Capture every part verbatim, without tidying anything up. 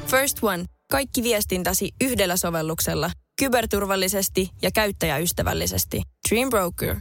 First One. Kaikki viestintäsi yhdellä sovelluksella. Kyberturvallisesti ja käyttäjäystävällisesti. Dream Broker.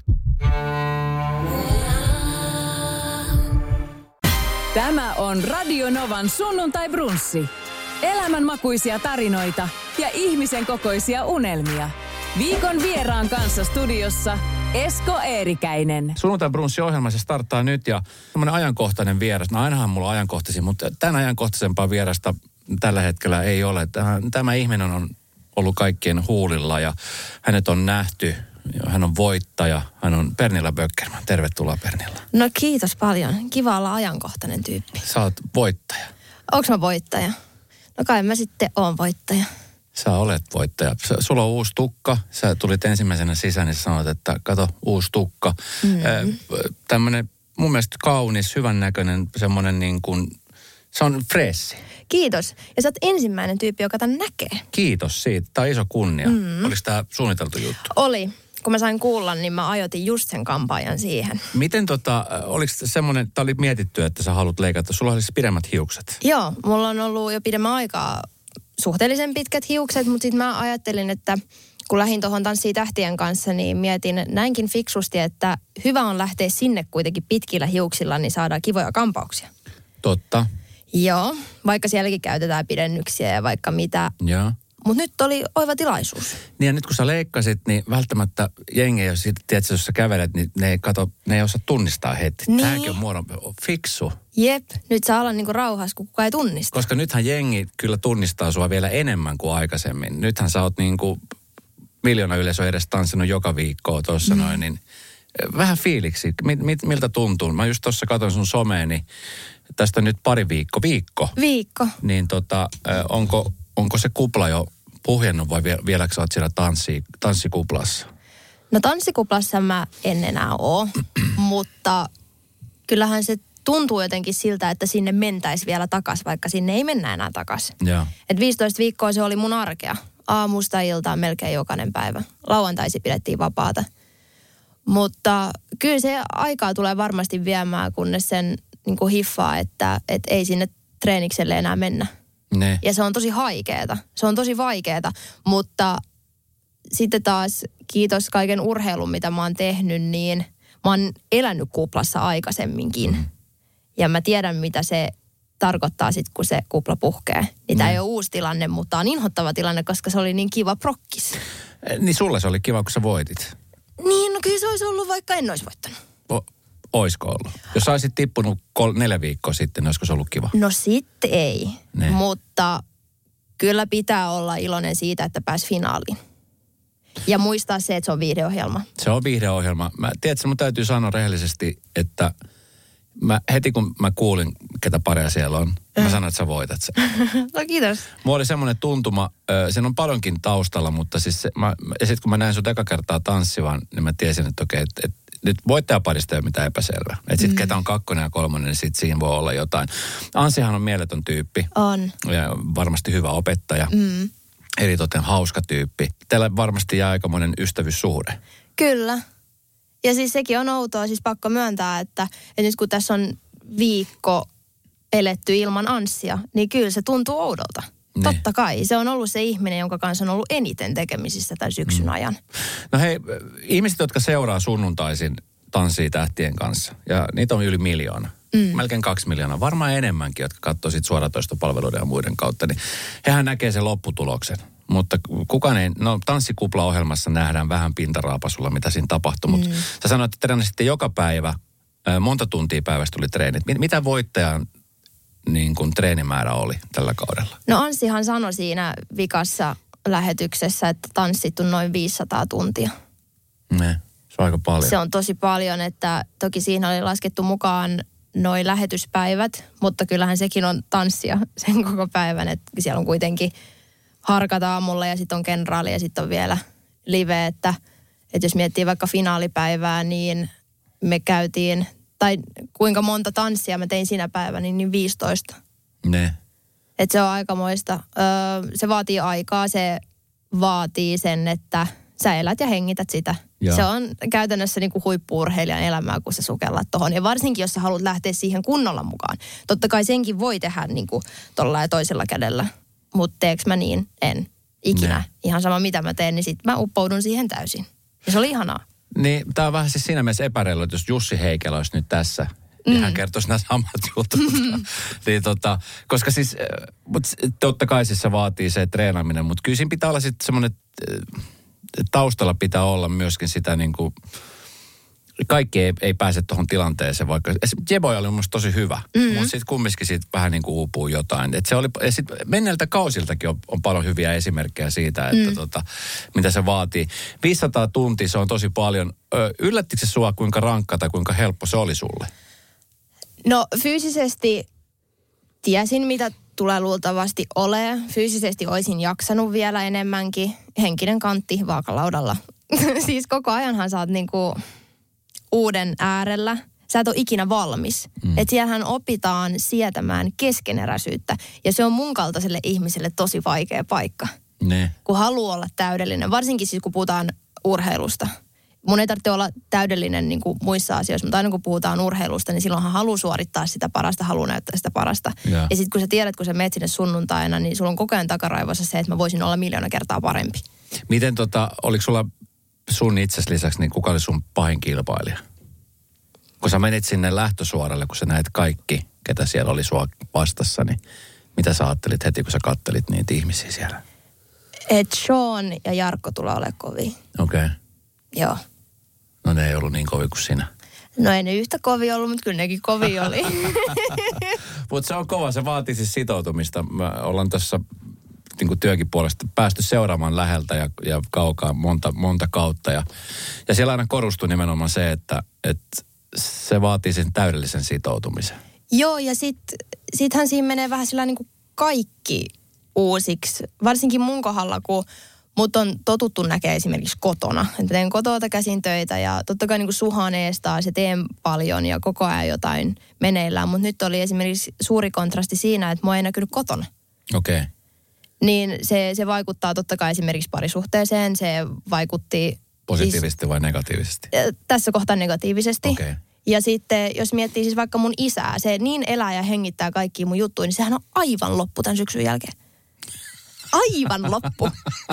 Tämä on Radio Novan sunnuntai brunssi. Elämänmakuisia tarinoita ja ihmisen kokoisia unelmia. Viikon vieraan kanssa studiossa Esko Eerikäinen. Sunnuntai brunssi-ohjelma, se starttaa nyt ja semmoinen ajankohtainen vieras. No ainahan mulla on ajankohtaisia, mutta tämän ajankohtaisempaa vierasta tällä hetkellä ei ole. Tämä, tämä ihminen on ollut kaikkien huulilla ja hänet on nähty. Hän on voittaja. Hän on Pernilla Böckerman. Tervetuloa, Pernilla. No kiitos paljon. Kiva olla ajankohtainen tyyppi. Sä oot voittaja. Onks mä voittaja? No kai mä sitten oon voittaja. Sä olet voittaja. Sä, sulla on uusi tukka. Sä tulit ensimmäisenä sisään ja sanoit, että kato, uusi tukka. Mm-hmm. Tämmönen mun mielestä kaunis, hyvännäköinen, semmoinen niin kuin, se on freessi. Kiitos. Ja sä oot ensimmäinen tyyppi, joka tän näkee. Kiitos siitä. Tää on iso kunnia. Mm-hmm. Oliko tää suunniteltu juttu? Oli. Kun mä sain kuulla, niin mä ajoitin just sen kampanjan siihen. Miten tota, oliko semmoinen, tää oli mietitty, että sä haluat leikata, sulla oli siis pidemmät hiukset? Joo, mulla on ollut jo pidemmän aikaa suhteellisen pitkät hiukset, mutta sitten mä ajattelin, että kun lähdin tuohon Tanssii tähtien kanssa, niin mietin näinkin fiksusti, että hyvä on lähteä sinne kuitenkin pitkillä hiuksilla, niin saadaan kivoja kampauksia. Totta. Joo, vaikka sielläkin käytetään pidennyksiä ja vaikka mitä. Joo. Mutta nyt oli oiva tilaisuus. Niin ja nyt kun sä leikkasit, niin välttämättä jengi, jos sit, tiedätkö, jos sä kävelet, niin ne ei, kato, ne ei osaa tunnistaa heti. Niin. Tämäkin on muodon fiksu. Jep, nyt saa olla niinku rauhassa, kun kukaan ei tunnista. Koska nythän jengi kyllä tunnistaa sua vielä enemmän kuin aikaisemmin. Nythän sä oot niinku miljoona yleisö edes tanssinut joka viikkoa tuossa mm. noin, niin vähän fiiliksi. Mit, mit, miltä tuntuu? Mä just tuossa katson sun someeni, tästä nyt pari viikko, viikko. Viikko. Niin tota, onko, onko se kupla jo puhjennut vai vieläkö sä oot siellä tanssi, tanssikuplassa? No tanssikuplassa mä en enää oo, mutta kyllähän se tuntuu jotenkin siltä, että sinne mentäisi vielä takas, vaikka sinne ei mennä enää takas. Joo. Et viisitoista viikkoa se oli mun arkea. Aamusta iltaan melkein jokainen päivä. Lauantaisi pidettiin vapaata. Mutta kyllä se aikaa tulee varmasti viemään, kunnes sen niin kuin hiffaa, että et ei sinne treenikselle enää mennä. Ne. Ja se on tosi haikeeta. Se on tosi vaikeeta, mutta sitten taas kiitos kaiken urheilun, mitä mä oon tehnyt, niin mä oon elänyt kuplassa aikaisemminkin. Mm. Ja mä tiedän, mitä se tarkoittaa sitten, kun se kupla puhkee. Niin tää ei ole uusi tilanne, mutta on inhottava tilanne, koska se oli niin kiva prokkis. Niin sulle se oli kiva, kun sä voitit. Niin, no kyllä se olisi ollut, vaikka en olisi voittanut. O, oisko ollut? Jos sä olisit tippunut kol, neljä viikkoa sitten, niin olisiko se ollut kiva? No sitten ei, ne. Mutta kyllä pitää olla iloinen siitä, että pääsi finaaliin. Ja muistaa se, että se on viihdeohjelma. Se on viihdeohjelma. Mä, tiedätkö, mun täytyy sanoa rehellisesti, että mä, heti kun mä kuulin, ketä pareja siellä on, äh. mä sanoin, että sä voitat sen. No kiitos. Mulla oli semmoinen tuntuma, sen on paljonkin taustalla, mutta siis se, mä, ja sitten kun mä näin sut eka kertaa tanssivan, niin mä tiesin, että okei, että et, nyt voittajaparista ei ole mitään epäselvää. Että sitten mm. ketä on kakkonen ja kolmonen, niin sitten siinä voi olla jotain. Anssihan on mieletön tyyppi. On. Ja varmasti hyvä opettaja. Mm. Eli toten hauska tyyppi. Teillä varmasti jää aikamoinen ystävyyssuhde. Kyllä. Ja siis sekin on outoa, siis pakko myöntää, että, että nyt kun tässä on viikko eletty ilman Anssia, niin kyllä se tuntuu oudolta. Ne. Totta kai. Se on ollut se ihminen, jonka kanssa on ollut eniten tekemisissä tämän syksyn mm. ajan. No hei, ihmiset, jotka seuraa sunnuntaisin Tanssii tähtien kanssa, ja niitä on yli miljoona. Mm. Melkein kaksi miljoonaa, varmaan enemmänkin, jotka katsoo sit suoratoistopalveluiden ja muiden kautta, niin hehän näkee sen lopputuloksen. Mutta kukaan ei, no Tanssikupla-ohjelmassa nähdään vähän pintaraapasulla, mitä siinä tapahtui, mutta mm. sä sanoit, että treenasitte joka päivä, monta tuntia päivästä tuli treenit. Mitä voittajan niin kuin treenimäärä oli tällä kaudella? No Anssihan sanoi siinä vikassa lähetyksessä, että tanssittu noin viisisataa tuntia. Ne, se on aika paljon. Se on tosi paljon, että toki siinä oli laskettu mukaan noi lähetyspäivät, mutta kyllähän sekin on tanssia sen koko päivän, että siellä on kuitenkin harkat aamulla ja sitten on kenraali ja sitten on vielä live, että, että jos miettii vaikka finaalipäivää, niin me käytiin, tai kuinka monta tanssia mä tein sinä päivänä, niin, niin viisitoista. Ne. Että se on aikamoista. Öö, se vaatii aikaa, se vaatii sen, että sä elät ja hengität sitä. Joo. Se on käytännössä niin kuin huippu-urheilijan elämää, kun sä sukellat tohon. Ja varsinkin, jos sä haluat lähteä siihen kunnolla mukaan. Totta kai senkin voi tehdä niin kuin tolla ja toisella kädellä. mutta teekö mä niin? En. Ikinä. Ne. Ihan sama mitä mä teen, niin sit mä uppoudun siihen täysin. Ja se oli ihanaa. Niin, tää on vähän siis siinä mielessä epäreilu, että jos Jussi Heikelä olisi nyt tässä, mm. niin hän kertoisi nämä samat jutut. Mm. niin tota, koska siis, mutta totta kai siis se vaatii se treenaaminen, mutta kyllä siinä pitää olla sitten semmoinen, taustalla pitää olla myöskin sitä niin kuin, kaikki ei, ei pääse tuohon tilanteeseen, vaikka Jeboy oli mun tosi hyvä, mm-hmm. mutta sitten kumminkin siitä vähän niin kuin uupuu jotain. Et se oli, ja sit menneiltä kausiltakin on, on paljon hyviä esimerkkejä siitä, että mm. tota, mitä se vaatii. viisisataa tuntia, se on tosi paljon. Ö, yllättikö se sua, kuinka rankka tai kuinka helppo se oli sulle? No fyysisesti tiesin, mitä tulee luultavasti ole. Fyysisesti olisin jaksanut vielä enemmänkin. Henkinen kantti vaakalaudalla. Siis koko ajanhan sä oot niinku uuden äärellä. Sä et ole ikinä valmis. Mm. Että siellähän opitaan sietämään keskeneräisyyttä. Ja se on mun kaltaiselle ihmiselle tosi vaikea paikka. Ne. Kun haluaa olla täydellinen. Varsinkin siis kun puhutaan urheilusta. Mun ei tarvitse olla täydellinen niin kuin muissa asioissa, mutta aina kun puhutaan urheilusta, niin silloinhan haluaa suorittaa sitä parasta, haluaa näyttää sitä parasta. Ja, ja sitten kun sä tiedät, kun sä menet sinne sunnuntaina, niin sulla on koko ajan takaraivossa se, että mä voisin olla miljoona kertaa parempi. Miten tota, oliko sulla sun itsesi lisäksi, niin kuka oli sun pahin kilpailija? Kun sä menit sinne lähtösuoralle, kun sä näet kaikki, ketä siellä oli sua vastassa, niin mitä sä ajattelit heti, kun sä kattelit niitä ihmisiä siellä? Et Sean ja Jarkko tulee olemaan kovia. Okei. Okay. Joo. No ne ei ollut niin kovia kuin sinä. No ei ne yhtä kovia ollut, mutta kyllä nekin kovia oli. Mutta se on kova, se vaatii siis sitoutumista. Me ollaan tässä niin kuin työkin puolesta päästy seuraamaan läheltä ja, ja kaukaa monta, monta kautta. Ja, ja siellä aina korostuu nimenomaan se, että, että se vaatii sen täydellisen sitoutumisen. Joo, ja sitten sittenhän siinä menee vähän sillä niin kuin kaikki uusiksi. Varsinkin mun kohdalla, kun mut on totuttu näkee esimerkiksi kotona. Että teen kotota käsin töitä ja totta kai niin kuin suhaan eestaa, se teen paljon ja koko ajan jotain meneillään. Mutta nyt oli esimerkiksi suuri kontrasti siinä, että mua ei näkynyt kotona. Okei. Okay. Niin se, se vaikuttaa totta kai esimerkiksi parisuhteeseen. Se vaikutti positiivisesti siis, vai negatiivisesti? Tässä kohtaa negatiivisesti. Okei. Okay. Ja sitten jos miettii siis vaikka mun isää, se niin elää ja hengittää kaikkia mun juttuja, niin sehän on aivan loppu tämän syksyn jälkeen. Aivan loppu.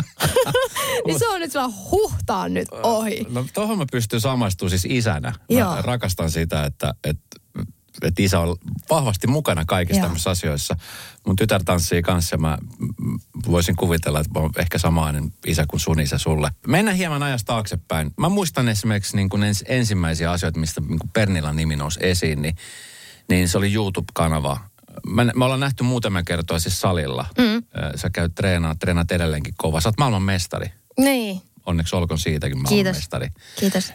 Niin se on nyt sulla huhtaan nyt ohi. No tohon mä pystyn samaistumaan siis isänä. Mä Joo. rakastan sitä, että, että, että isä on vahvasti mukana kaikissa tämmöisissä asioissa. Mun tytär tanssii kanssa ja mä voisin kuvitella, että mä oon ehkä samainen isä kuin sun isä sulle. Mennään hieman ajasta taaksepäin. Mä muistan esimerkiksi niin kuin ens, ensimmäisiä asioita, mistä niin kuin Pernilan nimi nousi esiin, niin, niin se oli YouTube-kanava. Me, me ollaan nähty muutama kertoa siis salilla. Mm. Sä käyt treenaa, treenaat edelleenkin kovaa. Sä oot maailman mestari. Niin. Onneksi olkoon siitäkin maailman Kiitos. mestari. Kiitos.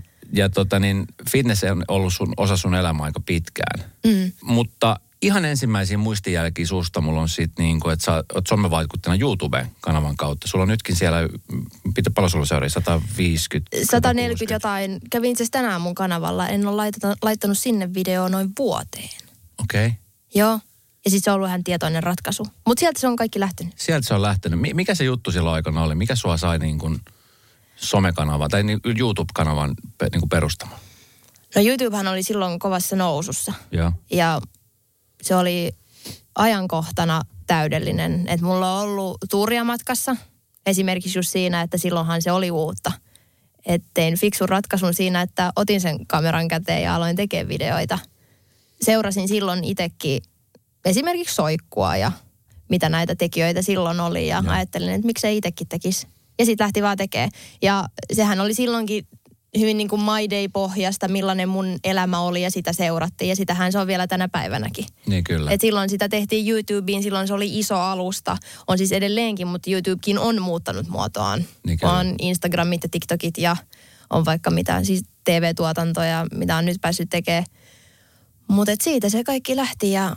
Ja tota niin, fitness on ollut sun, osa sun elämää aika pitkään. Mm. Mutta ihan ensimmäisiä muistijälkiä susta mulla on sit niin kuin, että sä oot sommevaikuttajana YouTube-kanavan kautta. Sulla on nytkin siellä, mitä paljon sulla seuraa, sata viisikymmentä? sata neljäkymmentä jotain. Kävin itse tänään mun kanavalla. En ole laittanut, laittanut sinne videoa noin vuoteen. Okei. Okay. Joo. Ja sitten se on ollut ihan tietoinen ratkaisu. Mutta sieltä se on kaikki lähtenyt. Sieltä se on lähtenyt. Mikä se juttu silloin aikana oli? Mikä sua sai niin kuin somekanava tai YouTube-kanavan niin kuin perustamaan? No YouTubehan oli silloin kovassa nousussa. Joo. Ja se oli ajankohtana täydellinen. Että mulla on ollut tuuria matkassa. Esimerkiksi just siinä, että silloinhan se oli uutta. Että tein fiksun ratkaisun siinä, että otin sen kameran käteen ja aloin tekemään videoita. Seurasin silloin itsekin esimerkiksi Soikkua ja mitä näitä tekijöitä silloin oli. Ja no. ajattelin, että miksei itsekin tekisi. Ja sitten lähti vaan tekemään. Ja sehän oli silloinkin hyvin niin kuin My Day-pohjasta, millainen mun elämä oli ja sitä seurattiin. Ja sitähän se on vielä tänä päivänäkin. Niin kyllä. Et silloin sitä tehtiin YouTubeen, silloin se oli iso alusta. On siis edelleenkin, mutta YouTubekin on muuttanut muotoaan. Niin on Instagramit ja TikTokit ja on vaikka mitä, siis T V-tuotantoja, mitä on nyt päässyt tekemään. Mutta siitä se kaikki lähti ja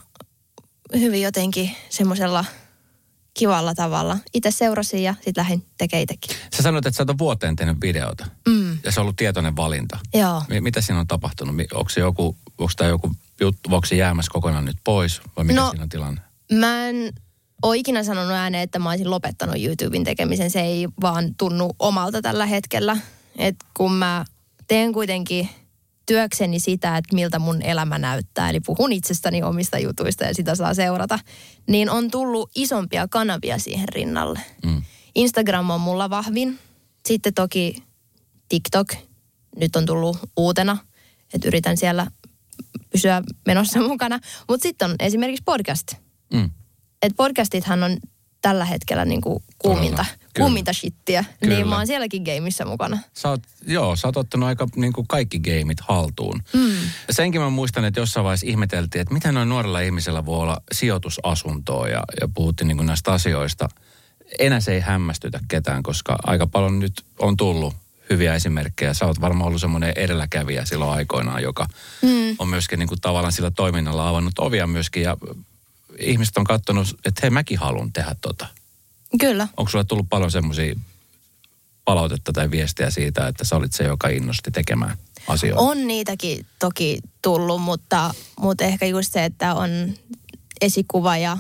hyvin jotenkin semmoisella kivalla tavalla. Itse seurasin ja sitten lähdin tekemään itsekin. Sä sanoit, että sä oot vuoteen tehnyt videota. Mm. Ja se on ollut tietoinen valinta. Joo. Mitä siinä on tapahtunut? Onko se joku, onko tämä joku juttu, onko se jäämässä kokonaan nyt pois? Vai mikä no, siinä on tilanne? Mä en ole ikinä sanonut ääneen, että mä olisin lopettanut YouTuben tekemisen. Se ei vaan tunnu omalta tällä hetkellä. Et kun mä teen kuitenkin työkseni sitä, että miltä mun elämä näyttää, eli puhun itsestäni omista jutuista ja sitä saa seurata, niin on tullut isompia kanavia siihen rinnalle. Mm. Instagram on mulla vahvin. Sitten toki TikTok nyt on tullut uutena, että yritän siellä pysyä menossa mukana. Mutta sitten on esimerkiksi podcast. Mm. Et podcastithan on tällä hetkellä niinku kuuminta, kuuminta shittiä. Kyllä. Niin mä oon sielläkin gameissa mukana. Sä oot, joo, sä oot ottanut aika niinku kaikki gameit haltuun. Mm. Senkin mä muistan, että jossain vaiheessa ihmeteltiin, että miten noin nuorella ihmisellä voi olla sijoitusasuntoa ja, ja puhuttiin niinku näistä asioista. Enää se ei hämmästytä ketään, koska aika paljon nyt on tullut hyviä esimerkkejä. Sä oot varmaan ollut semmoinen edelläkävijä silloin aikoinaan, joka mm. on myöskin niinku tavallaan sillä toiminnalla avannut ovia myöskin ja ihmiset on katsonut, että hei, mäkin haluan tehdä tota. Kyllä. Onko sulle tullut paljon semmoisia palautetta tai viestiä siitä, että sä olit se, joka innosti tekemään asioita? On niitäkin toki tullut, mutta, mutta ehkä just se, että on esikuva ja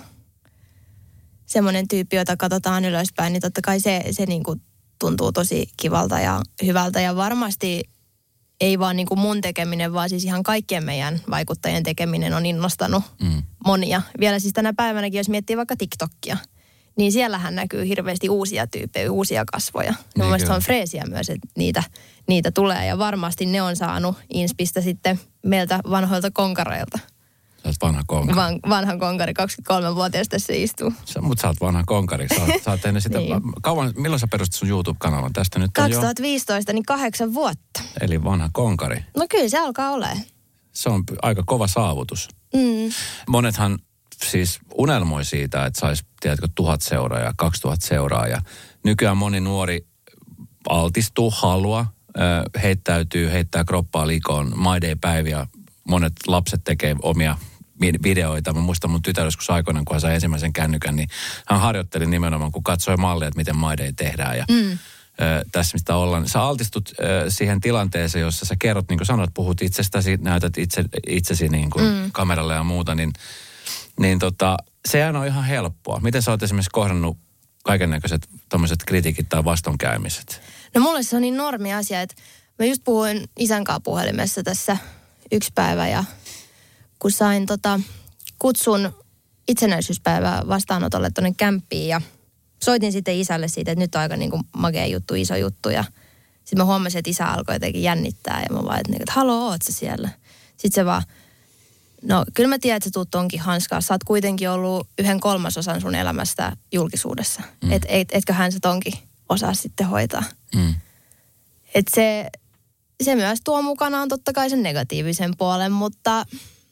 semmoinen tyyppi, jota katsotaan ylöspäin, niin totta kai se, se niin kuin tuntuu tosi kivalta ja hyvältä. Ja varmasti ei vaan niin kuin mun tekeminen, vaan siis ihan kaikkien meidän vaikuttajien tekeminen on innostanut mm. monia. Vielä siis tänä päivänäkin, jos miettii vaikka TikTokia, niin siellähän näkyy hirveästi uusia tyyppejä, uusia kasvoja. Niin mun mielestä on freesiä myös, että niitä, niitä tulee. Ja varmasti ne on saanut inspistä sitten meiltä vanhoilta konkareilta. Sä oot vanha konkari. Van, vanha konkari, kaksikymmentäkolmevuotias tässä istuu. Mutta sä oot vanha konkari. Sä oot, sä oot tehnyt sitä, niin. Kauan, milloin sä perustit sun YouTube-kanavan? Tästä nyt on kaksituhattaviisitoista, jo... niin kahdeksan vuotta. Eli vanha konkari. No kyllä se alkaa olemaan. Se on aika kova saavutus. Mm. Monethan siis unelmoi siitä, että sais, tiedätkö, tuhat seuraajaa, kaksi tuhat seuraajaa. Nykyään moni nuori altistuu, halua, heittäytyy, heittää kroppaa likoon, My Day-päiviä. Monet lapset tekee omia videoita. Mä muistan mun tytär joskus aikoinaan, kun hän sai ensimmäisen kännykän, niin hän harjoitteli nimenomaan, kun katsoi mallia, että miten My Day tehdään. Ja mm. ö, tässä mistä ollaan. Sä altistut ö, siihen tilanteeseen, jossa sä kerrot, niin kuin sanoit, puhut itsestäsi, näytät itse, itsesi niin kuin mm. kameralle ja muuta, niin, niin tota, sehän on ihan helppoa. Miten sä oot esimerkiksi kohdannut kaikennäköiset tommoset kritiikit tai vastoinkäymiset? No mulle se on niin normi asia, että mä just puhuin isän kanssa puhelimessa tässä yksi päivä ja kun sain tota kutsun itsenäisyyspäivää vastaanotolle tuonne kämppiin ja soitin sitten isälle siitä, että nyt on aika niin kuin makea juttu, iso juttu ja sitten mä huomasin, että isä alkoi jotenkin jännittää ja mä vaan, että, että haloo, oot sä siellä? Sitten se vaan, no kyllä mä tiedän, että sä tuut tonkin hanskaa, sä oot kuitenkin ollut yhden kolmasosan sun elämästä julkisuudessa, mm. et, et, etköhän sä tonkin osaa sitten hoitaa. Mm. Että se... Se myös tuo mukanaan totta kai sen negatiivisen puolen, mutta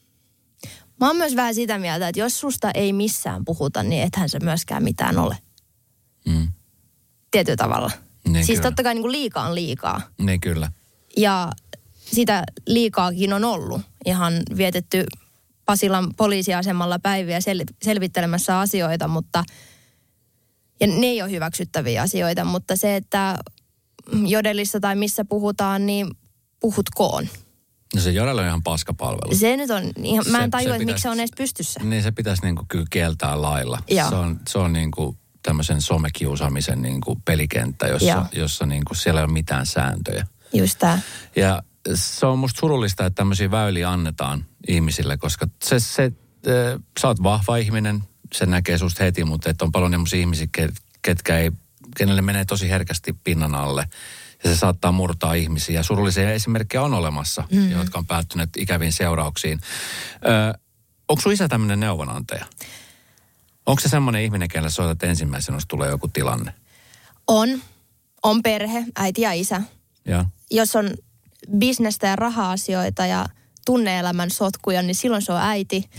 mä oon myös vähän sitä mieltä, että jos susta ei missään puhuta, niin ethän se myöskään mitään ole. Mm. Tietyllä tavalla. Niin siis kyllä. Totta kai niin kuin liikaa on liikaa. Niin kyllä. Ja sitä liikaakin on ollut. Ihan vietetty Pasilan poliisiasemalla päiviä sel- selvittelemässä asioita, mutta ja ne ei ole hyväksyttäviä asioita, mutta se, että Jodelissa tai missä puhutaan, niin puhutkoon. No se Jodel on ihan paskapalvelu. Se nyt on, ihan, mä en tajua, että miksi se on edes pystyssä. Niin se pitäisi niinku kyllä kieltää lailla. Joo. Se on, se on niinku tämmöisen somekiusaamisen niinku pelikenttä, jossa, jossa niinku siellä ei ole mitään sääntöjä. Just tää. Ja se on musta surullista, että tämmöisiä väyliä annetaan ihmisille, koska se, se äh, sä oot vahva ihminen, se näkee susta heti, mutta että on paljon semmoisia ihmisiä, ketkä ei, kenelle menee tosi herkästi pinnan alle. Ja se saattaa murtaa ihmisiä. Ja surullisia esimerkkejä on olemassa, mm-hmm. jotka on päättyneet ikäviin seurauksiin. Ö, onko sun isä tämmöinen neuvonantaja? Onko se semmoinen ihminen, kenelle soitat ensimmäisenä, jos tulee joku tilanne? On. On perhe, äiti ja isä. Ja. Jos on bisnestä ja raha-asioita ja tunne-elämän sotkuja, niin silloin se on äiti.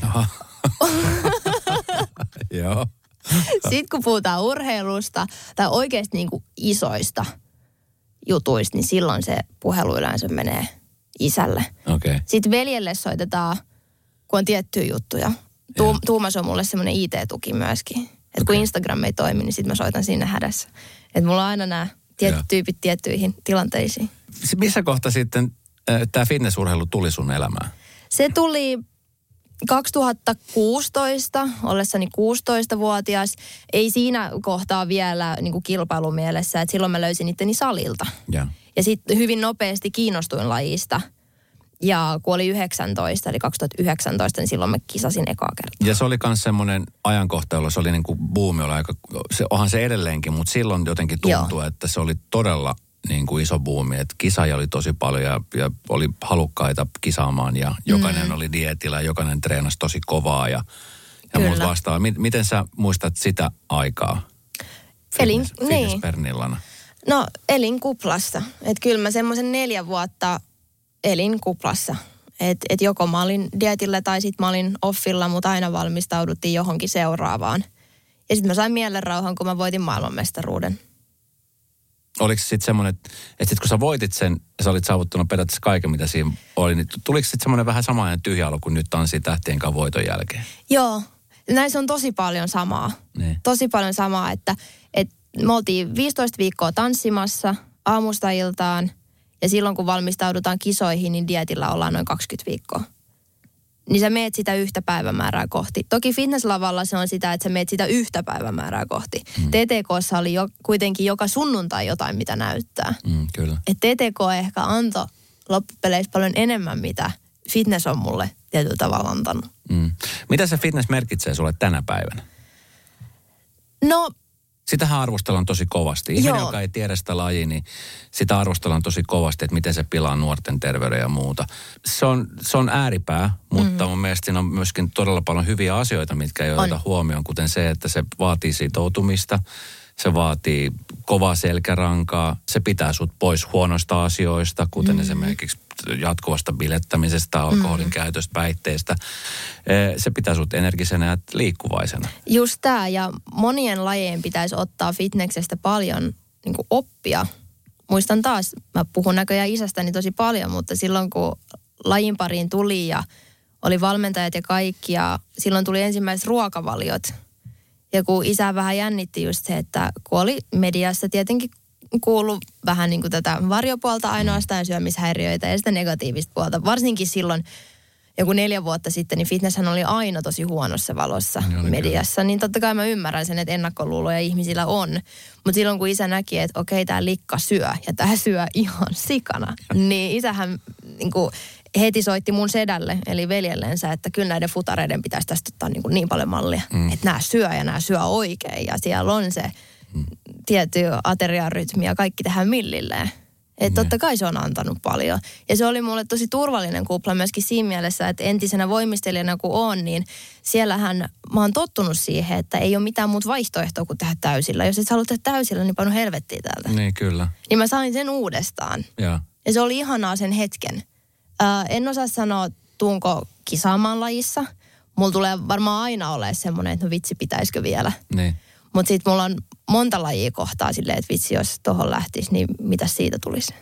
Joo. Sitten kun puhutaan urheilusta tai oikeasti niin kuin isoista jutuista, niin silloin se puhelu yleensä menee isälle. Okay. Sitten veljelle soitetaan, kun on tiettyjä juttuja. Tu- Tuumas on mulle semmoinen I T-tuki myöskin. Että okay. kun Instagram ei toimi, niin sitten mä soitan sinne hädässä. Että mulla on aina nämä tietyt tyypit tiettyihin tilanteisiin. Missä kohta sitten äh, tämä fitnessurheilu tuli sun elämään? Se tuli kaksituhattakuusitoista, ollessani kuusitoistavuotias. Ei siinä kohtaa vielä niin kuin kilpailumielessä, että silloin mä löysin itteni salilta. Ja, ja sitten hyvin nopeasti kiinnostuin lajista. Ja kun oli yhdeksäntoista, eli kaksituhattayhdeksäntoista, niin silloin mä kisasin ekaa kertaa. Ja se oli myös semmoinen ajankohta, jolla se oli niin kuin buumi, oli aika, se, onhan se edelleenkin, mutta silloin jotenkin tuntui, Joo. että se oli todella niin kuin iso buumi. Että kisaajia oli tosi paljon ja, ja oli halukkaita kisaamaan ja jokainen mm. oli dietillä ja jokainen treenasi tosi kovaa ja, ja muut vastaa. Miten sä muistat sitä aikaa? Elin, fitness, niin. fitness-pernillana. No elin kuplassa. Että kyllä mä semmoisen neljä vuotta elin kuplassa. Että et joko mä olin dietillä tai sitten mä olin offilla, mutta aina valmistauduttiin johonkin seuraavaan. Ja sitten mä sain mielenrauhan, kun mä voitin maailmanmestaruuden. Oliko sitten semmoinen, että sitten kun sä voitit sen ja sä olit saavuttanut periaatteessa kaiken, mitä siinä oli, niin tuliko sitten semmoinen vähän samainen tyhjä olo kuin nyt tanssii tähtien kanssa voiton jälkeen? Joo, näissä on tosi paljon samaa. Niin. Tosi paljon samaa, että, että me oltiin viisitoista viikkoa tanssimassa aamusta iltaan ja silloin kun valmistaudutaan kisoihin, niin dietillä ollaan noin kaksikymmentä viikkoa. Niin sä meet sitä yhtä päivämäärää kohti. Toki fitnesslavalla se on sitä, että sä meet sitä yhtä päivämäärää kohti. Mm. T T K:ssa oli jo, kuitenkin joka sunnuntai jotain, mitä näyttää. Mm, kyllä. Et T T K ehkä antoi loppupeleissä paljon enemmän, mitä fitness on mulle tietyllä tavalla antanut. Mm. Mitä se fitness merkitsee sulle tänä päivänä? No... Sitähän arvostellaan tosi kovasti. Ihminen, Joo. joka ei tiedä sitä lajia, niin sitä arvostellaan tosi kovasti, että miten se pilaa nuorten terveyden ja muuta. Se on, se on ääripää, mutta mm-hmm. mun mielestä siinä on myöskin todella paljon hyviä asioita, mitkä ei oteta huomioon, kuten se, että se vaatii sitoutumista, se vaatii kovaa selkärankaa, se pitää sut pois huonoista asioista, kuten mm-hmm. esimerkiksi jatkuvasta bilettämisestä, alkoholin mm-hmm. käytöstä, päihteistä. Se pitää sut energisenä ja liikkuvaisena. Just tää, ja monien lajien pitäisi ottaa fitneksestä paljon niin kuin oppia. Muistan taas, mä puhun näköjään isästäni tosi paljon, mutta silloin kun lajin pariin tuli ja oli valmentajat ja kaikki, ja silloin tuli ensimmäiset ruokavaliot. Ja kun isä vähän jännitti just se, että kun oli mediassa tietenkin kuulu vähän niin kuin tätä varjopuolta ainoastaan syömishäiriöitä ja sitä negatiivista puolta. Varsinkin silloin joku neljä vuotta sitten, niin fitnesshän oli aina tosi huonossa valossa Joo, mediassa. Kyllä. Niin totta kai mä ymmärrän sen, että ennakkoluuloja ihmisillä on. Mutta silloin kun isä näki, että okei, tämä likka syö ja tämä syö ihan sikana, niin isähän niin kuin heti soitti mun sedälle, eli veljellensä, että kyllä näiden futareiden pitäisi tästä ottaa niin, kuin niin paljon mallia. Mm. Että nämä syö ja nämä syö oikein ja siellä on se mm. tietty ateriarytmi ja kaikki tehdään millilleen. Että totta kai se on antanut paljon. Ja se oli mulle tosi turvallinen kupla myöskin siinä mielessä, että entisenä voimistelijana kun on, niin siellähän mä oon tottunut siihen, että ei ole mitään muuta vaihtoehtoa kuin tehdä täysillä. Jos et sä haluat tehdä täysillä, niin panu helvettiä täältä. Niin, kyllä. Niin mä sain sen uudestaan. Ja, ja se oli ihanaa sen hetken. Äh, en osaa sanoa, tuunko kisaamaan lajissa. Mulla tulee varmaan aina olemaan semmoinen, että no vitsi, pitäisikö vielä. Niin. Mutta sitten mulla on monta lajia kohtaa silleen, että vitsi, jos tohon lähtisi, niin mitä siitä tulisi?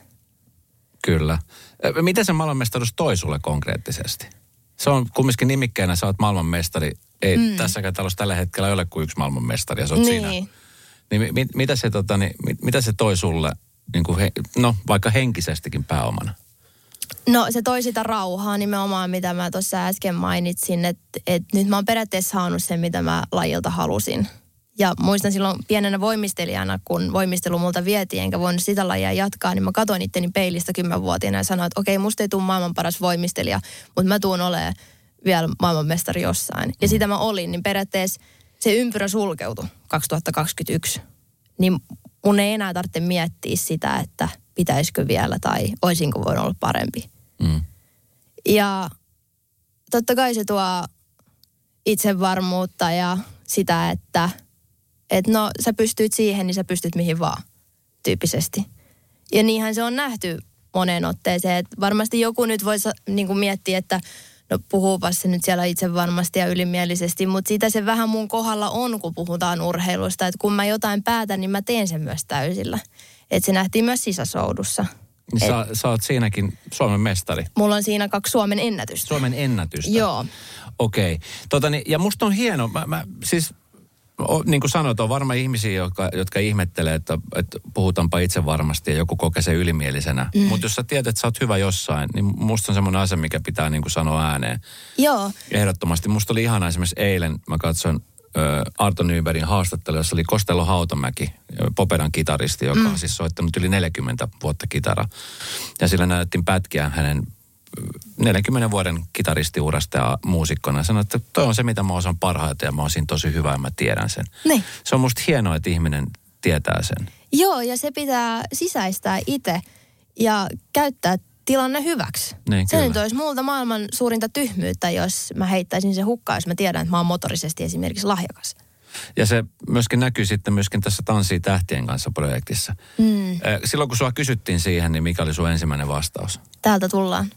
Kyllä. Miten se maailmanmestaruus toi sulle konkreettisesti? Se on kumminkin nimikkeenä, sä oot maailmanmestari. Ei mm. tässäkään talossa tällä hetkellä ole kuin yksi maailmanmestari ja sä oot niin. siinä. Niin mit, mitä, se, tota, niin, mit, mitä se toi sulle, niin kuin he, no vaikka henkisestikin pääomana? No se toi sitä rauhaa nimenomaan, mitä mä tuossa äsken mainitsin, että, että nyt mä oon periaatteessa saanut sen, mitä mä lajilta halusin. Ja muistan silloin pienenä voimistelijana, kun voimistelu multa vietiin, enkä voinut sitä lajia jatkaa, niin mä katsoin itteni peilistä kymmenvuotiaana ja sanoin, että okei, musta ei tule maailman paras voimistelija, mutta mä tuun olemaan vielä maailmanmestari jossain. Ja sitä mä olin, niin periaatteessa se ympyrä sulkeutui kaksituhattakaksikymmentäyksi. Niin mun ei enää tarvitse miettiä sitä, että pitäisikö vielä tai olisinko voinut olla parempi. Mm. Ja totta kai se tuo itsevarmuutta ja sitä, että että no sä pystyt siihen, niin sä pystyt mihin vaan, tyyppisesti. Ja niinhän se on nähty moneen otteeseen. Että varmasti joku nyt voisi niin kuin miettiä, että no puhuupas se nyt siellä itse varmasti ja ylimielisesti, mutta sitä se vähän mun kohdalla on, kun puhutaan urheilusta. Että kun mä jotain päätän, niin mä teen sen myös täysillä. Että se nähtiin myös sisäsoudussa. Niin sä, sä oot siinäkin Suomen mestari. Mulla on siinä kaksi Suomen ennätystä. Suomen ennätystä? Joo. Okei. Okay. Totani, ja musta on hieno, mä, mä siis... O, niin kuin sanoit, on varmaan ihmisiä, jotka, jotka ihmettelee, että, että puhutaanpa itse varmasti ja joku kokee sen ylimielisenä. Mm. Mutta jos sä tiedät, että sä oot hyvä jossain, niin musta on semmoinen asia, mikä pitää niin kuin sanoa ääneen. Joo. Ehdottomasti. Musta oli ihana esimerkiksi eilen, mä katson ö, Arto Nybergin haastattelu, jossa oli Kostello Hautamäki, Popedan kitaristi, joka mm. on siis soittanut yli neljäkymmentä vuotta kitaraa. Ja sillä näytettiin pätkiä hänen neljänkymmenen vuoden kitaristiurasta ja muusikkona. Sanoin, että toi on se, mitä mä osaan parhaiten ja mä oon siinä tosi hyvä ja mä tiedän sen. Niin. Se on musta hienoa, että ihminen tietää sen. Joo, ja se pitää sisäistää itse ja käyttää tilanne hyväksi. Niin, se kyllä. nyt olisi multa maailman suurinta tyhmyyttä, jos mä heittäisin se hukkaan, jos mä tiedän, että mä oon motorisesti esimerkiksi lahjakas. Ja se myöskin näkyy sitten myöskin tässä Tanssii tähtien kanssa -projektissa. Mm. Silloin kun sua kysyttiin siihen, niin mikä oli sun ensimmäinen vastaus? Täältä tullaan.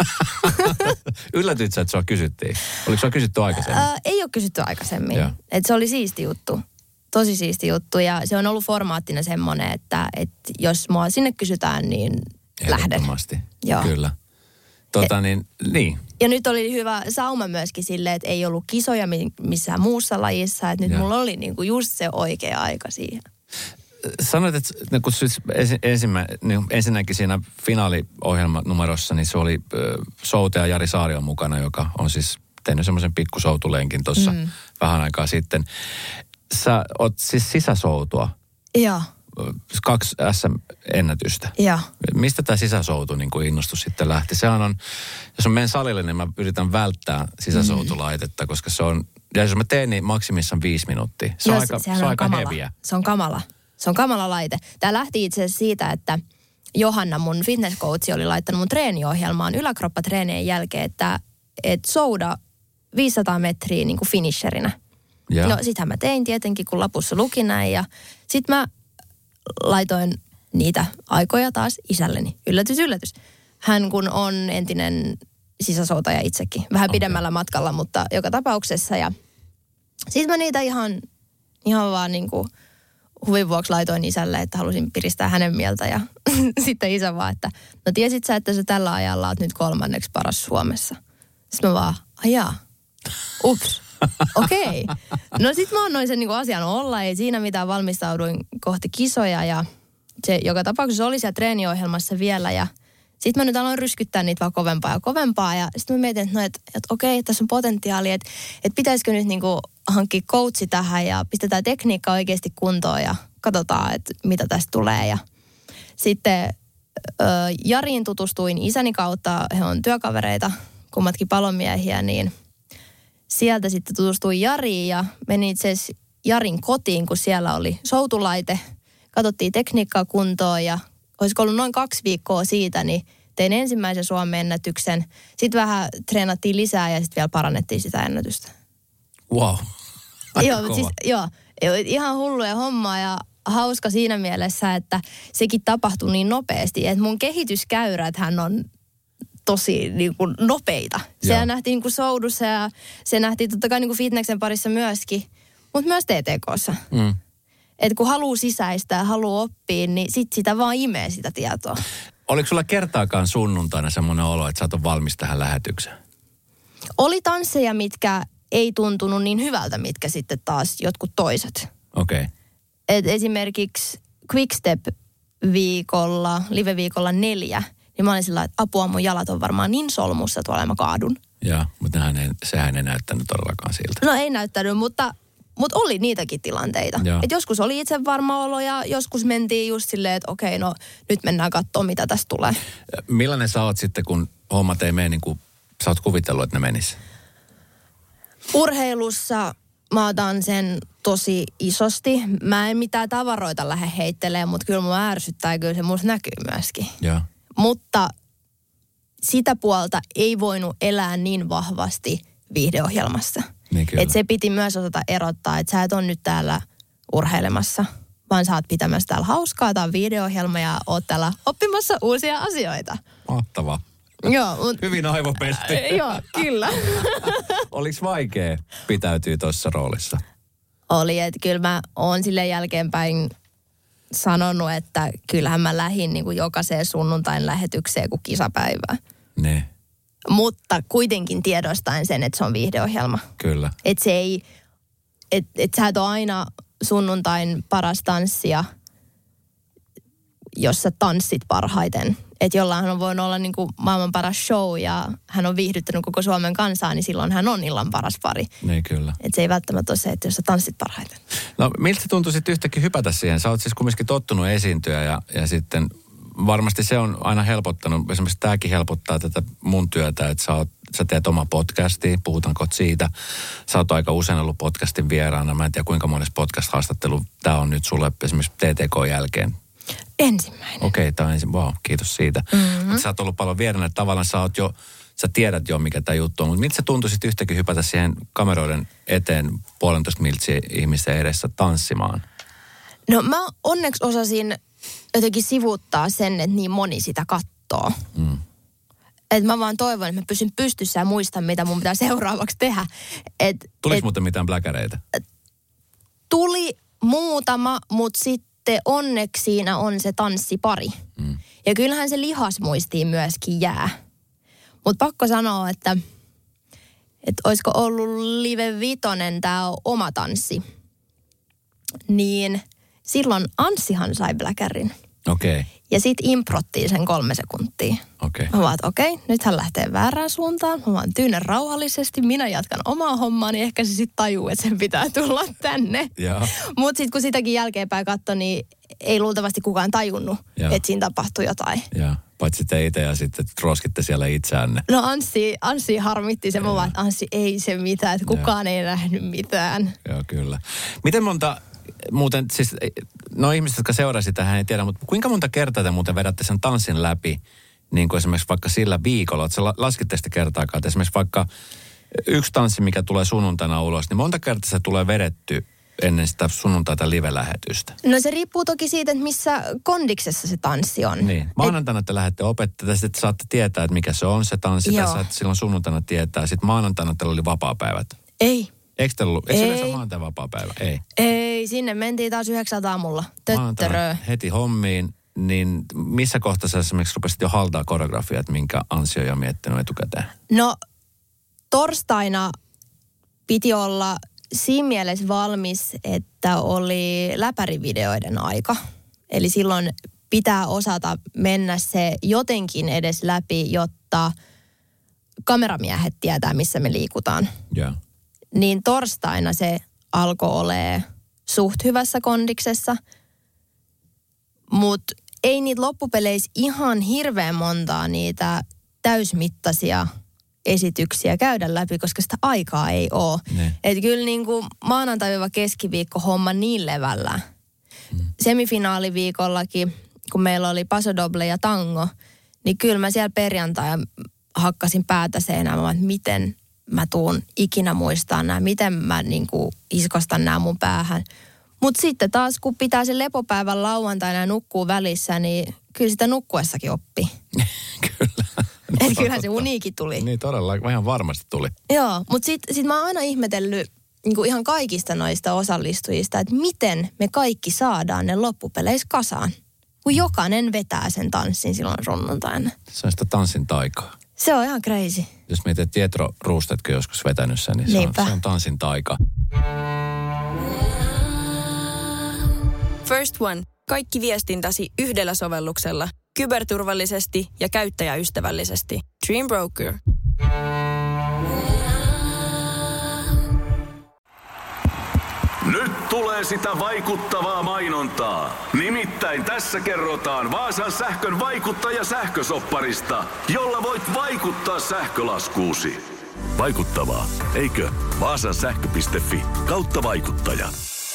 Yllätyit sä, että sua kysyttiin? Oliko sua kysytty aikaisemmin? Ää, ei ole kysytty aikaisemmin. Joo. Et se oli siisti juttu. Tosi siisti juttu. Ja se on ollut formaattina semmoinen, että, että jos mua sinne kysytään, niin lähden. Ehdottomasti. Joo. Kyllä. Tota niin, niin. Ja nyt oli hyvä sauma myöskin silleen, että ei ollut kisoja missään muussa lajissa. Että nyt Joo. mulla oli niinku just se oikea aika siihen. Sanoit, että kun ensi, ensimmä, niin ensinnäkin siinä finaaliohjelmanumerossa, niin se oli äh, soutaja Jari Saarion mukana, joka on siis tehnyt semmoisen pikkusoutulenkin tuossa mm. vähän aikaa sitten. Sä oot siis sisäsoutua. Joo. Kaksi äs äm-ennätystä. Joo. Mistä tämä sisäsoutu niin kuin innostus sitten lähti? Sehän on, jos mä menen salille, niin mä yritän välttää sisäsoutulaitetta, koska se on, ja jos mä teen, niin maksimissaan viisi minuuttia. Se Joo, on aika, se on aika heviä. Se on kamala. Se on kamala laite. Tämä lähti itse asiassa siitä, että Johanna, mun fitness-coachi, oli laittanut mun treeniohjelmaan yläkroppatreenien jälkeen, että, että souda viisisataa metriä niin kuin finisherinä. Ja. No sitähän mä tein tietenkin, kun lapussa luki näin, ja sit mä laitoin niitä aikoja taas isälleni. Yllätys, yllätys. Hän kun on entinen sisäsoutaja itsekin. Vähän okay. pidemmällä matkalla, mutta joka tapauksessa. Ja sitten mä niitä ihan, ihan vaan niin kuin huvin vuoksi laitoin isälle, että halusin piristää hänen mieltä. Ja sitten isä vaan, että no tiesit sä, että sä tällä ajalla oot nyt kolmanneksi paras Suomessa. Sitten mä vaan, ajaa, ups. Okei. Okay. No sit mä annoin sen niinku asian olla, ei siinä mitään, valmistauduin kohti kisoja ja se joka tapauksessa oli siellä treeniohjelmassa vielä ja sit mä nyt aloin ryskyttää niitä vaan kovempaa ja kovempaa ja sit mä mietin, että no et, et okei, okay, tässä on potentiaali, että et pitäisikö nyt niinku hankkia coachi tähän ja pistetään tekniikka oikeasti kuntoon ja katsotaan, että mitä tästä tulee ja sitten ö, Jariin tutustuin isäni kautta, he on työkavereita, kummatkin palomiehiä, niin sieltä sitten tutustuin Jariin ja menin itse asiassa Jarin kotiin, kun siellä oli soutulaite. Katsottiin tekniikkaa kuntoon ja olisiko ollut noin kaksi viikkoa siitä, niin tein ensimmäisen Suomen ennätyksen. Sitten vähän treenattiin lisää ja sitten vielä parannettiin sitä ennätystä. Wow. Aika joo, kova. siis, joo, ihan hulluja hommaa ja hauska siinä mielessä, että sekin tapahtui niin nopeasti. Että mun kehityskäyräthän on tosi niin kuin nopeita. Se Joo. nähtiin niin kuin soudussa ja se nähtiin totta kai niin kuin fitneksen parissa myöskin, mutta myös T T K:ssa. Mm. Että kun haluaa sisäistää, haluaa oppia, niin sit sitä vaan imee sitä tietoa. Oliko sulla kertaakaan sunnuntaina semmoinen olo, että sä oot valmis tähän lähetykseen? Oli tansseja, mitkä ei tuntunut niin hyvältä, mitkä sitten taas jotkut toiset. Okei. Okay. Et esimerkiksi Quickstep-viikolla, live-viikolla neljä, niin mä olin sillä, että apua, mun jalat on varmaan niin solmussa tuolla ja mä kaadun. Joo, mutta nehän ei, sehän ei näyttänyt todellakaan siltä. No ei näyttänyt, mutta, mutta oli niitäkin tilanteita. Et joskus oli itse varma olo ja joskus mentiin just silleen, että okei, no nyt mennään katsomaan, mitä tästä tulee. Millainen sä oot sitten, kun hommat ei mene niin kuin sä oot kuvitellut, että ne menis? Urheilussa mä otan sen tosi isosti. Mä en mitään tavaroita lähde heittelemään, mutta kyllä mua ärsyttää ja kyllä se musta näkyy myöskin. Joo. Mutta sitä puolta ei voinut elää niin vahvasti viihdeohjelmassa. Niin kyllä. Et se piti myös osata erottaa, että sä et ole nyt täällä urheilemassa, vaan sä oot pitämässä täällä hauskaa. Tää on viihdeohjelma ja oot täällä oppimassa uusia asioita. Mahtavaa. Joo, mut, Hyvin aivopesti. Äh, joo, kyllä. Oliko vaikea pitäytyä tuossa roolissa? Oli, että kyllä mä oon silleen jälkeenpäin sanonut, että kyllähän mä lähdin niin kuin jokaiseen sunnuntain lähetykseen kuin kisapäivään. Ne. Mutta kuitenkin tiedostaen sen, että se on viihdeohjelma. Kyllä. Että se ei, että et sä et ole aina sunnuntain paras tanssija, jos sä tanssit parhaiten. Että jollain on voinut olla niin kuin maailman paras show ja hän on viihdyttänyt koko Suomen kansaa, niin silloin hän on illan paras pari. Niin kyllä. Että se ei välttämättä ole se, että jos sä tanssit parhaiten. No miltä se tuntui sitten yhtäkkiä hypätä siihen? Sä oot siis kumminkin tottunut esiintyä ja, ja sitten varmasti se on aina helpottanut. Esimerkiksi tämäkin helpottaa tätä mun työtä, että sä, oot, sä teet oma podcastia, puhutaanko siitä. Sä oot aika usein ollut podcastin vieraana. Mä en tiedä kuinka monessa podcast-haastattelu tämä on nyt sulle esimerkiksi T T K jälkeen. Ensimmäinen. Okei, okay, tämä on ensimmäinen. Wow, kiitos siitä. Mm-hmm. Sä oot ollut paljon vieraana, että tavallaan sä oot jo, sä tiedät jo mikä tämä juttu on. Mutta miltä sä tuntuisit yhtäkkiä hypätä siihen kameroiden eteen puolentoista miltsiä ihmisten edessä tanssimaan? No mä onneksi osasin jotenkin sivuuttaa sen, että niin moni sitä kattoo. Mm. Että mä vaan toivon, että mä pysyn pystyssä ja muistan, mitä mun pitää seuraavaksi tehdä. Et, Tuliko et, muuten mitään pläkäreitä? Tuli muutama, mutta sitten onneksi siinä on se tanssipari. Mm. Ja kyllähän se lihasmuistiin myöskin jää. Mutta pakko sanoa, että, että olisiko ollut Live Vitonen tämä oma tanssi, niin silloin Anssihan sai pläkärin. Okei. Okay. Ja sitten improttiin sen kolme sekuntia. Okei. Okay. Mä vaan, että okei, okay, nyt hän lähtee väärään suuntaan. Mä vaan tyynen rauhallisesti, minä jatkan omaa hommaa, niin ehkä se sitten tajuu, että sen pitää tulla tänne. Mutta sitten kun sitäkin jälkeenpäin katsoi, niin ei luultavasti kukaan tajunnut, ja. että siinä tapahtui jotain. Joo, paitsi te itse ja sitten roskitte siellä itseänne. No Anssi, Anssi harmitti se, mä vaan, että Anssi ei se mitään, että kukaan ja. ei nähnyt mitään. Joo, kyllä. Miten monta... Muuten, siis, no ihmiset, jotka seurasi tähän, ei tiedä, mutta kuinka monta kertaa te muuten vedätte sen tanssin läpi, niin kuin esimerkiksi vaikka sillä viikolla, että sä laskitte sitä kertaakaan, että esimerkiksi vaikka yksi tanssi, mikä tulee sunnuntaina ulos, niin monta kertaa se tulee vedetty ennen sitä sunnuntaita live-lähetystä? No se riippuu toki siitä, että missä kondiksessa se tanssi on. Niin, maanantaina Et... te lähdette opettamaan, sitten saatte tietää, että mikä se on se tanssi, Joo. tai saatte silloin sunnuntaina tietää, sitten maanantaina teillä oli vapaapäivät. Ei. Eikö teillä ollut? Eikö se yleensä maanantai vapaa-päivä? Ei. Ei, sinne mentiin taas yhdeksältä aamulla. Töttörö. Heti hommiin, niin missä kohtaa sä esimerkiksi rupesit jo haltaa koreografiaa, että minkä ansio jo miettinyt etukäteen? No, torstaina piti olla siinä mielessä valmis, että oli läpärivideoiden aika. Eli silloin pitää osata mennä se jotenkin edes läpi, jotta kameramiehet tietää, missä me liikutaan. Joo. Yeah. Niin torstaina se alkoi olemaan suht hyvässä kondiksessa. Mutta ei niitä loppupeleissä ihan hirveän montaa niitä täysmittaisia esityksiä käydä läpi, koska sitä aikaa ei ole. Että kyllä niinku maanantai-keskiviikko homma niin levällä. Mm. Semifinaaliviikollakin, kun meillä oli pasodoble ja tango, niin kyllä mä siellä perjantaina hakkasin päätä seinään, mä, että miten mä tuun ikinä muistaa nämä, miten mä niinku iskostan nämä mun päähän. Mutta sitten taas, kun pitää sen lepopäivän lauantaina ja nukkuu välissä, niin kyllä sitä nukkuessakin oppi. Kyllä. Että kyllähän se uniikin tuli. Niin todella, ihan varmasti tuli. Joo, mutta sitten sit mä oon aina ihmetellyt niinku ihan kaikista noista osallistujista, että miten me kaikki saadaan ne loppupeleissä kasaan. Kun jokainen vetää sen tanssin silloin sunnuntaina. Se on sitä tanssin taikaa. Se on ihan crazy. Jos mietit, että Pietro Ruustetkin joskus vetänyt sen, niin se on, se on tanssin taika. First One. Kaikki viestintäsi yhdellä sovelluksella. Kyberturvallisesti ja käyttäjäystävällisesti. Dream Broker. Nyt tulee sitä vaikuttavaa mainontaa. Nimittäin tässä kerrotaan Vaasan sähkön vaikuttaja sähkösopparista, jolla voit vaikuttaa sähkölaskuusi. Vaikuttavaa, eikö? Vaasan sähkö piste fi kautta vaikuttaja.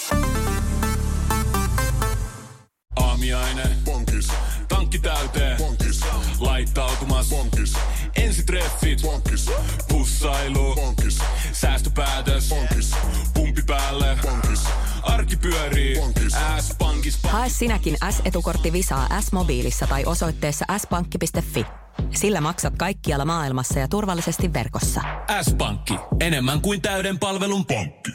Aamiainen. Bonkis. Tankki täyteen. Bonkis. Laittautumas. Bonkis. Ensitreffit. Bonkis. Pussailu. Bonkis. Säästöpäätös. Bonkis. Pumpi päälle. Bonkis. Arki pyörii. Bonkis. S-pankis. Hae sinäkin S-etukortti Visaa S-mobiilissa tai osoitteessa s pankki piste fi. Sillä maksat kaikkialla maailmassa ja turvallisesti verkossa. S-pankki. Enemmän kuin täyden palvelun pankki.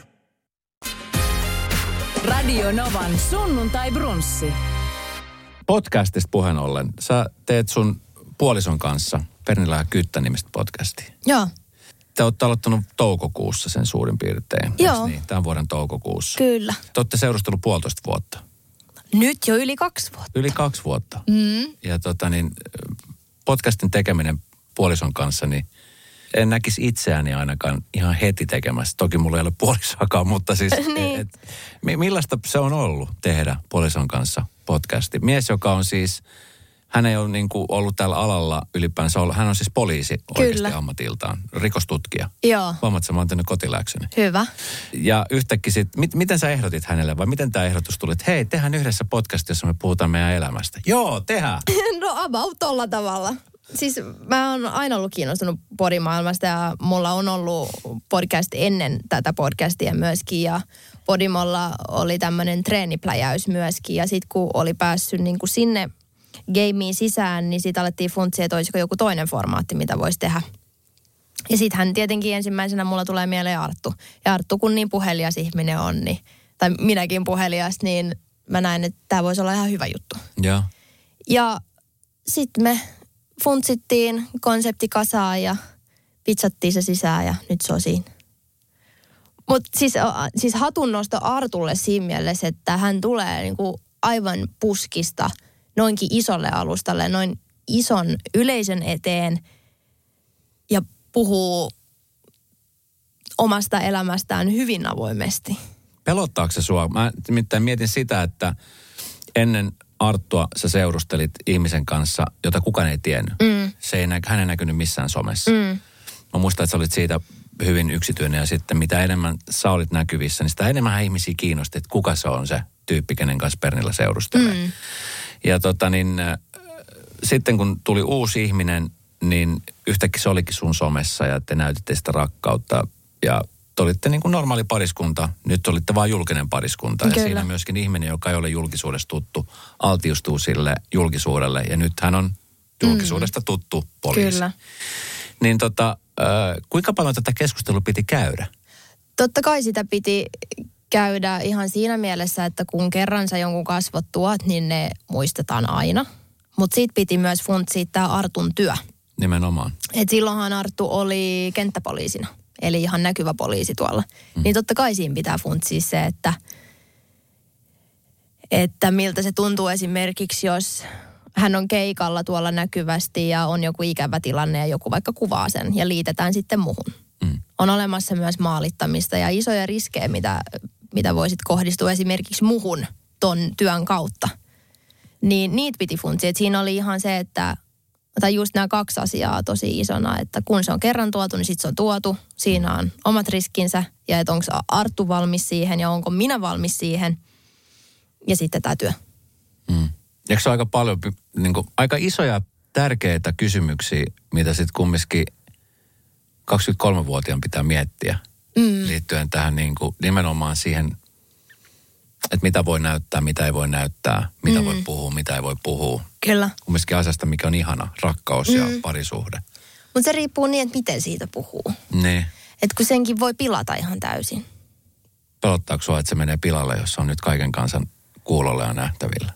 Radio Novan sunnuntai brunssi. Podcastista puheen ollen. Sä teet sun puolison kanssa Pernilla ja Kyttä-nimistä podcastia. Joo. Te olette aloittanut toukokuussa sen suurin piirtein. Joo. Niin? Tämän vuoden toukokuussa. Kyllä. Te olette seurustellut puolitoista vuotta. Nyt jo yli kaksi vuotta. Yli kaksi vuotta. Mm. Ja tota niin, podcastin tekeminen puolison kanssa, niin en näkisi itseäni ainakaan ihan heti tekemässä. Toki mulla ei ole puolisoakaan, mutta siis niin. et, millaista se on ollut tehdä puolison kanssa podcasti? Mies, joka on siis, hän ei ole niin kuin ollut tällä alalla ylipäänsä ollut. Hän on siis poliisi oikeasti Kyllä. ammatiltaan, rikostutkija. Joo. Huomaatko, mä oon tehnyt kotiläksyni. Hyvä. Ja yhtäkkiä sit, mit, miten sä ehdotit hänelle vai miten tämä ehdotus tuli, että hei, tehdään yhdessä podcast, jossa me puhutaan meidän elämästä. Joo, tehdään. No about tolla tavalla. Siis mä oon aina ollut kiinnostunut podimaailmasta ja mulla on ollut podcast ennen tätä podcastia myöskin ja Podimolla oli tämmöinen treenipläjäys myöskin ja sitten kun oli päässyt niin kuin sinne gameen sisään, niin sitten alettiin funtsia, että olisiko joku toinen formaatti, mitä voisi tehdä. Ja sittenhän tietenkin ensimmäisenä mulla tulee mieleen Arttu. Ja Arttu kun niin puhelias ihminen on, niin, tai minäkin puhelias, niin mä näen, että tämä voisi olla ihan hyvä juttu. Ja, ja sitten me funtsittiin konsepti kasaan ja pitsattiin se sisään ja nyt se on siinä. Mutta siis, siis hatunnosto Artulle siinä mielessä, että hän tulee niinku aivan puskista noinkin isolle alustalle, noin ison yleisön eteen ja puhuu omasta elämästään hyvin avoimesti. Pelottaako se sua? Mä nimittäin mietin sitä, että ennen Arttua sä seurustelit ihmisen kanssa, jota kukaan ei tiennyt. Mm. Se ei nä- hän ei näkynyt missään somessa. Mm. Mä muistan, että sä olit siitä hyvin yksityinen ja sitten mitä enemmän sä olit näkyvissä, niin sitä enemmän ihmisiä kiinnosti, että kuka se on se tyyppi, kenen kanssa Pernilla seurustelee. Mm. Ja tota niin, äh, sitten kun tuli uusi ihminen, niin yhtäkkiä se olikin sun somessa ja te näytitte sitä rakkautta ja te olitte niin kuin normaali pariskunta, nyt olitte vaan julkinen pariskunta. Kyllä. Ja siinä myöskin ihminen, joka ei ole julkisuudesta tuttu, altiustuu sille julkisuudelle ja nyt hän on julkisuudesta mm. tuttu poliisi. Kyllä. Niin tota, äh, kuinka paljon tätä keskustelua piti käydä? Totta kai sitä piti käydä ihan siinä mielessä, että kun kerran sä jonkun kasvot tuot, niin ne muistetaan aina. Mutta siitä piti myös funtsia tämä Artun työ. Nimenomaan. Et silloinhan Arttu oli kenttäpoliisina, eli ihan näkyvä poliisi tuolla. Mm. Niin totta kai siinä pitää funtsia se, että, että miltä se tuntuu esimerkiksi, jos hän on keikalla tuolla näkyvästi ja on joku ikävä tilanne ja joku vaikka kuvaa sen ja liitetään sitten muuhun. Mm. On olemassa myös maalittamista ja isoja riskejä, mitä, mitä voisit kohdistua esimerkiksi muuhun ton työn kautta. Niin niitä piti funtsia. Et siinä oli ihan se, että tai just nämä kaksi asiaa tosi isona, että kun se on kerran tuotu, niin sitten se on tuotu. Siinä on omat riskinsä ja että onko Arttu valmis siihen ja onko minä valmis siihen. Ja sitten tämä työ. Mm. Eikö se ole aika paljon, niin kuin, aika isoja tärkeitä kysymyksiä, mitä sitten kumminkin kaksikymmentäkolmevuotiaan pitää miettiä mm. liittyen tähän niin kuin, nimenomaan siihen, että mitä voi näyttää, mitä ei voi näyttää, mitä mm. voi puhua, mitä ei voi puhua. Kyllä. Kumminkin asiasta, mikä on ihana, rakkaus mm. ja parisuhde. Mutta se riippuu niin, että miten siitä puhuu. Niin. Että kun senkin voi pilata ihan täysin. Pelottaako sua, että se menee pilalle, jos on nyt kaiken kansan kuulolla ja nähtävillä?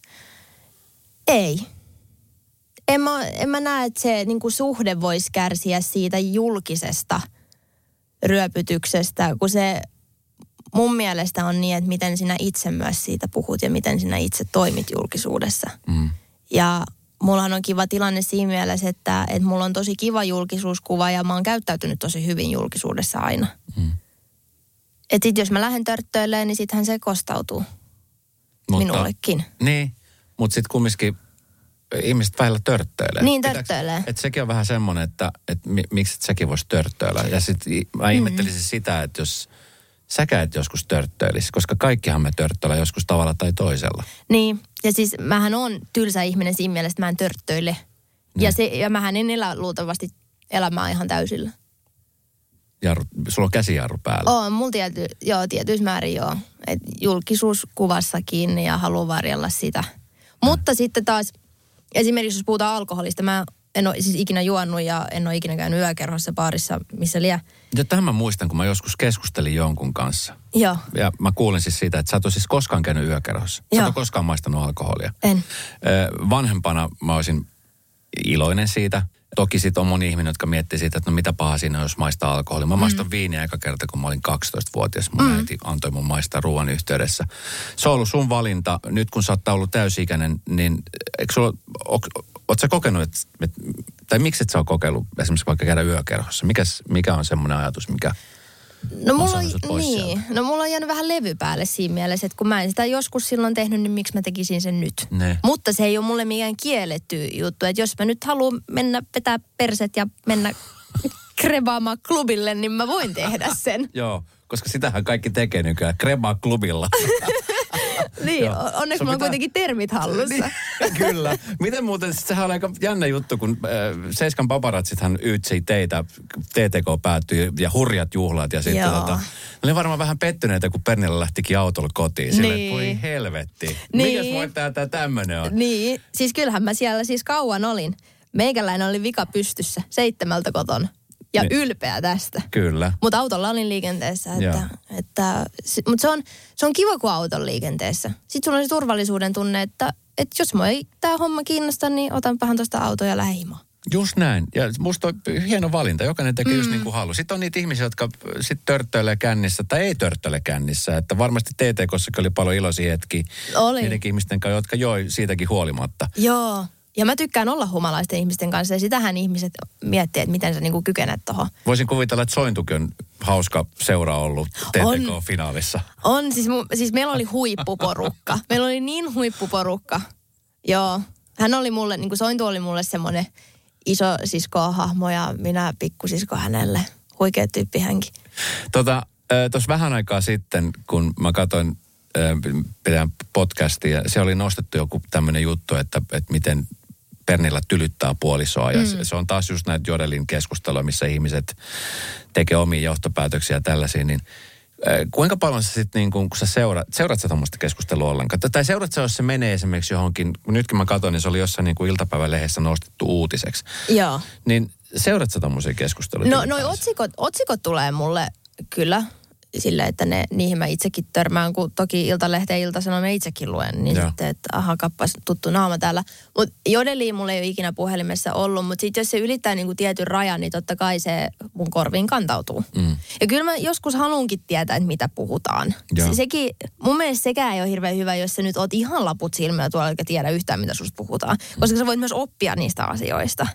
Ei. En mä, en mä näe, että se niin kuin suhde voisi kärsiä siitä julkisesta ryöpytyksestä, kun se mun mielestä on niin, että miten sinä itse myös siitä puhut ja miten sinä itse toimit julkisuudessa. Mm. Ja mullahan on kiva tilanne siinä mielessä, että, että mulla on tosi kiva julkisuuskuva ja mä oon käyttäytynyt tosi hyvin julkisuudessa aina. Mm. Että sit jos mä lähden törttöilleen, niin sittenhän se kostautuu mutta, minullekin. Niin, mutta sitten kumminkin ihmiset vähillä törttöilee. Niin, törttöilee. Että sekin on vähän semmoinen, että, että miksi et säkin voisi törttöillä. Ja sitten mä ihmettelisin mm. sitä, että jos säkään et joskus törttöilisi, koska kaikkihan me törttöillä joskus tavalla tai toisella. Niin, ja siis mähän on tylsä ihminen siinä mielessä, että mä en törttöile. Mm. Ja, se, ja mähän en elä luultavasti elämää ihan täysillä. Jarru, sulla on käsijarru päällä. On, mulla tiety, joo, tietyissä määrin joo. Et julkisuuskuvassakin ja haluan varjella sitä. Mm. Mutta sitten taas, esimerkiksi jos puhutaan alkoholista, mä en ole siis ikinä juonut ja en ole ikinä käynyt yökerhossa baarissa, missä liian. Ja tähän mä muistan, kun mä joskus keskustelin jonkun kanssa. Joo. Ja mä kuulin siis siitä, että sä et ole siis koskaan käynyt yökerhossa. Sä et ole koskaan maistanut alkoholia. En. Vanhempana mä olisin iloinen siitä. Toki sit on moni ihminen, jotka miettii siitä, että no mitä paha siinä on, jos maistaa alkoholia. Mä maistan mm. viiniä eka kerta, kun mä olin kaksitoistavuotias. Mun mm. äiti antoi mun maistaa ruoan yhteydessä. Se on ollut sun valinta. Nyt kun sä oot ollut täysi-ikäinen, niin eikö sulla, oot sä kokenut, että, tai miksi et sä ole kokeillut esimerkiksi vaikka käydä yökerhossa? Mikäs, mikä on semmoinen ajatus, mikä No on mulla, saanut on, sut pois niin. sieltä? no mulla on jäänyt vähän levy päälle siinä mielessä, että kun mä en sitä joskus silloin tehnyt, niin miksi mä tekisin sen nyt. Ne. Mutta se ei ole mulle mikään kielletty juttu, että jos mä nyt haluan mennä vetää perset ja mennä krebaamaan klubille, niin mä voin tehdä sen. Joo, koska sitähän kaikki tekee nykyään, kremaa klubilla. Niin, Joo. onneksi Sun mulla on pitää- kuitenkin termit hallussa. Niin, kyllä. Miten muuten, sehän oli aika jännä juttu, kun äh, Seiskan paparatsithan yytsi teitä, T T K päättyi ja hurjat juhlat ja sitten Joo. tota, ne oli varmaan vähän pettyneitä, kun Pernilla lähtikin autolla kotiin. Silleen, Niin. voi helvetti. Niin. Mikäs voittaja tää tämmönen on? Niin, siis kyllähän mä siellä siis kauan olin. Meikäläinen oli vika pystyssä seitsemältä koton ja Niin. ylpeä tästä. Kyllä. Mutta autolla olin liikenteessä, Joo. että, että mutta se on, se on kiva, kun auton liikenteessä. Sitten sulla on se turvallisuuden tunne, että, että jos mua ei tämä homma kiinnosta, niin otan vähän tuosta autoa ja lähden himaan. Just näin. Ja musta on hieno valinta. Jokainen tekee mm. just niin kuin haluaa. Sitten on niitä ihmisiä, jotka sit törttöilee kännissä tai ei törttöile kännissä. Että varmasti T T K:ssakin oli paljon iloisia hetkiä. Oli. Niidenkin ihmisten kanssa, jotka joi siitäkin huolimatta. Joo. Ja mä tykkään olla humalaisten ihmisten kanssa ja sitähän ihmiset miettii, että miten sä niinku kykenet tohon. Voisin kuvitella, että Sointukin on hauska seura ollut T T K-finaalissa. On, siis, mu, siis meillä oli huippuporukka. Meillä oli niin huippuporukka. Joo. Hän oli mulle, niin kuin Sointu oli mulle semmoinen iso sisko-hahmo ja minä pikkusisko hänelle. Huikea tyyppi hänkin. Tota, tuossa vähän aikaa sitten, kun mä katsoin pidän podcastia, se oli nostettu joku tämmöinen juttu, että, että miten Pernilla tylyttää puolisoa. Ja mm. se, se on taas just näitä Jodelin keskustelua, missä ihmiset tekee omia johtopäätöksiä ja tällaisia, niin kuinka paljon sä sitten, niin kun sä seuraat, seuraat sä tommoista keskustelua ollenkaan? Tai seuraat sä, jos se menee esimerkiksi johonkin, nytkin mä katsoin, niin se oli jossain niin kuin iltapäivälehdessä nostettu uutiseksi. Joo. Niin seuraat sä tommoisia keskusteluja? No noi otsikot, otsikot tulee mulle kyllä silleen, että ne, niihin mä itsekin törmään, kun toki Iltalehteen Ilta-Sanomia itsekin luen, niin Joo. sitten, että aha, kappas tuttu naama täällä. Mutta Jodeliin mulla ei ole ikinä puhelimessa ollut, mutta sitten jos se ylittää niinku tietyn rajan, niin totta kai se mun korviin kantautuu. Mm. Ja kyllä mä joskus haluankin tietää, että mitä puhutaan. Se, sekin, mun mielestä sekään ei ole hirveän hyvä, jos sä nyt oot ihan laput silmillä tuolla, eikä tiedä yhtään, mitä susta puhutaan. Koska sä voit myös oppia niistä asioista.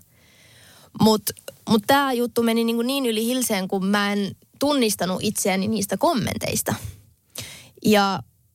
Mutta mut tämä juttu meni niin, niin yli hilseen, kun mä en tunnistanut itseäni niistä kommenteista. Ja,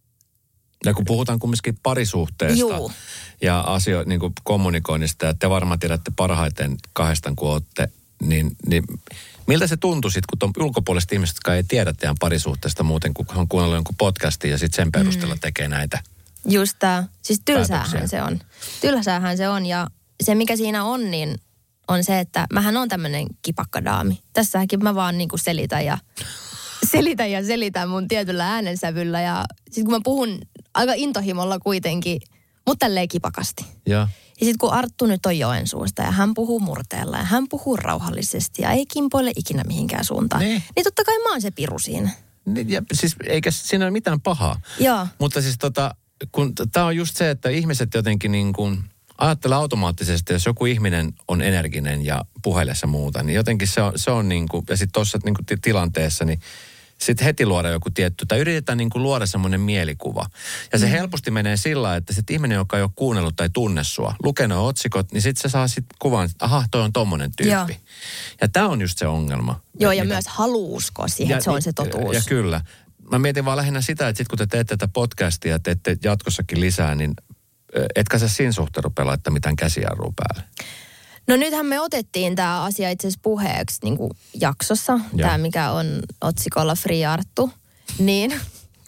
ja kun puhutaan kumminkin parisuhteesta juu. ja asio, niin kuin kommunikoinnista, ja te varmaan tiedätte parhaiten kahdestaan, kun olette, niin, niin miltä se tuntui sitten, kun on ulkopuoliset ihmiset, jotka ei tiedä teidän parisuhteesta muuten, kun on kuunnellut jonkun podcastin ja sitten sen perusteella mm. tekee näitä. Just tämä. Siis tylsäähän päätöksiä. se on. Tylsäähän se on ja se mikä siinä on, niin on se, että mähän on tämmöinen kipakkadaami. Tässäkin mä vaan niinku selitän ja selitän ja selitän mun tietyllä äänensävyllä. Ja sit kun mä puhun aika intohimolla kuitenkin, mutta tälleen kipakasti. Ja, Ja sit kun Arttu nyt on Joensuusta ja hän puhuu murteella ja hän puhuu rauhallisesti ja ei kimpoile ikinä mihinkään suuntaan. Ne. Niin totta kai mä oon se piru siinä. ja siis eikä siinä ole mitään pahaa. Joo. Mutta siis tota, kun tämä on just se, että ihmiset jotenkin niin kuin ajattelee automaattisesti, jos joku ihminen on energinen ja puheillessa muuta, niin jotenkin se on, se on niin kuin, ja sitten tuossa niin kuin tilanteessa, niin sitten heti luoda joku tietty, tai yritetään niin kuin luoda semmoinen mielikuva. Ja se mm. helposti menee sillä lailla, että sitten ihminen, joka ei ole kuunnellut tai tunne sua, lukenut otsikot, niin sitten se saa sitten kuvan, että aha, toi on tommonen tyyppi. Joo. Ja tämä on just se ongelma. Joo, ja mitä, myös haluu uskoa siihen, ja, että se on se totuus. Ja, ja kyllä. Mä mietin vaan lähinnä sitä, että sitten kun te teette tätä podcastia ja teette jatkossakin lisää, niin etkä sä siinä suhteen rupea laittaa mitään käsijarrua päälle? No nythän me otettiin tämä asia itse asiassa puheeksi niin kuin jaksossa, tämä mikä on otsikolla Free Arttu, niin...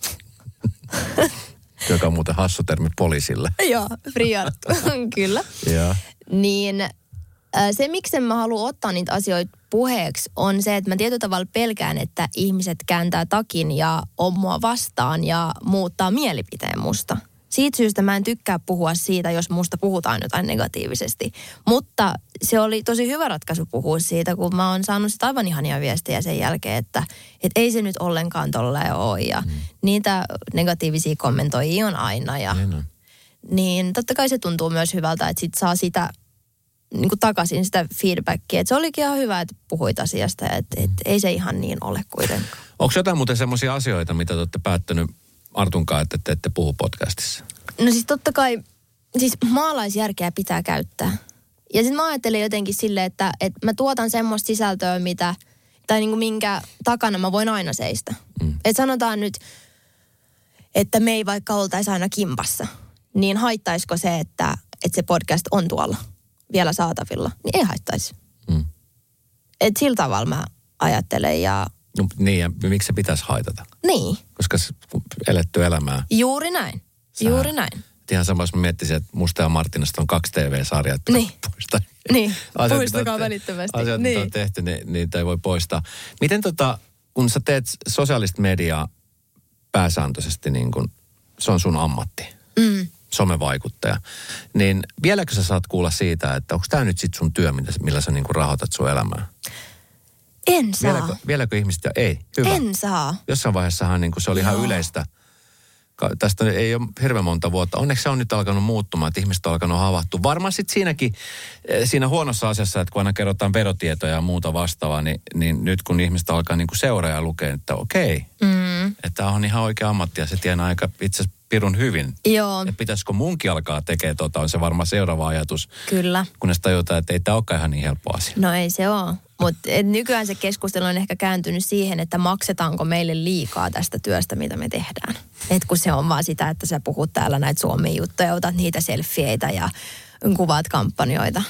Joka on muuten hassu termi poliisille. Joo, Free Arttu, kyllä. Ja. Niin äh, se, miksi mä haluan ottaa niitä asioita puheeksi, on se, että mä tietyllä tavalla pelkään, että ihmiset kääntää takin ja on mua vastaan ja muuttaa mielipiteen musta. Siitä syystä mä en tykkää puhua siitä, jos musta puhutaan jotain negatiivisesti. Mutta se oli tosi hyvä ratkaisu puhua siitä, kun mä oon saanut sitä aivan ihania viestejä sen jälkeen, että, että ei se nyt ollenkaan tolleen ole. Ja mm. niitä negatiivisia kommentoijia on aina. Ja, niin, niin totta kai se tuntuu myös hyvältä, että sit saa sitä niin kuin takaisin sitä feedbackia. Että se olikin ihan hyvä, että puhuit asiasta ja että, että ei se ihan niin ole kuitenkaan. Onko jotain muuten semmoisia asioita, mitä te olette päättänyt Artunkaan, että te ette puhu podcastissa? No siis totta kai, siis maalaisjärkeä pitää käyttää. Ja sitten mä ajattelen jotenkin silleen, että, että mä tuotan semmoista sisältöä, mitä tai niin kuin minkä takana mä voin aina seistä. Mm. Et sanotaan nyt, että me ei vaikka oltaisi aina kimpassa, niin haittaisiko se, että, että se podcast on tuolla vielä saatavilla? Niin ei haittaisi. Mm. Et sillä tavalla mä ajattelen ja... No, niin, ja miksi se pitäisi haitata? Niin. Koska eletty elämää. Juuri näin. Sä, Juuri näin. Ihan sama, jos mä miettisin, että musta ja Martinasta on kaksi T V-sarjaa, että niin. poistaa. Niin, asiat, poistakaa mitä, välittömästi. Asiat, niin. mitä on tehty, niin, niitä ei voi poistaa. Miten tota, kun sä teet sosiaalista mediaa pääsääntöisesti, niin kun se on sun ammatti, mm. somevaikuttaja, niin vieläkö sä saat kuulla siitä, että onko tämä nyt sit sun työ, millä sä niin kun rahoitat sun elämää? En saa. Vieläkö, vieläkö ihmiset, ei, hyvä. En saa. Jossain vaiheessahan niin kun se oli Joo. ihan yleistä. Tästä ei ole hirveän monta vuotta. Onneksi se on nyt alkanut muuttumaan, että ihmiset on alkanut havahtua. Varmaan sitten siinäkin, siinä huonossa asiassa, että kun aina kerrotaan verotietoja ja muuta vastaavaa, niin, niin nyt kun ihmiset alkaa niin kuin seuraa ja lukea, että okei, mm. että tämä on ihan oikea ammatti ja se tienaa aika itse asiassa pirun hyvin. Joo. Ja pitäisikö munkin alkaa tekemään tota, on se varmaan seuraava ajatus. Kyllä. Kunnes tajutaan, että ei tämä olekaan ihan niin helppo asia. No ei se ole. Mutta nykyään se keskustelu on ehkä kääntynyt siihen, että maksetaanko meille liikaa tästä työstä, mitä me tehdään. Et kun se on vaan sitä, että sä puhut täällä näitä Suomen juttuja, otat niitä selfieitä ja kuvaat kampanjoita.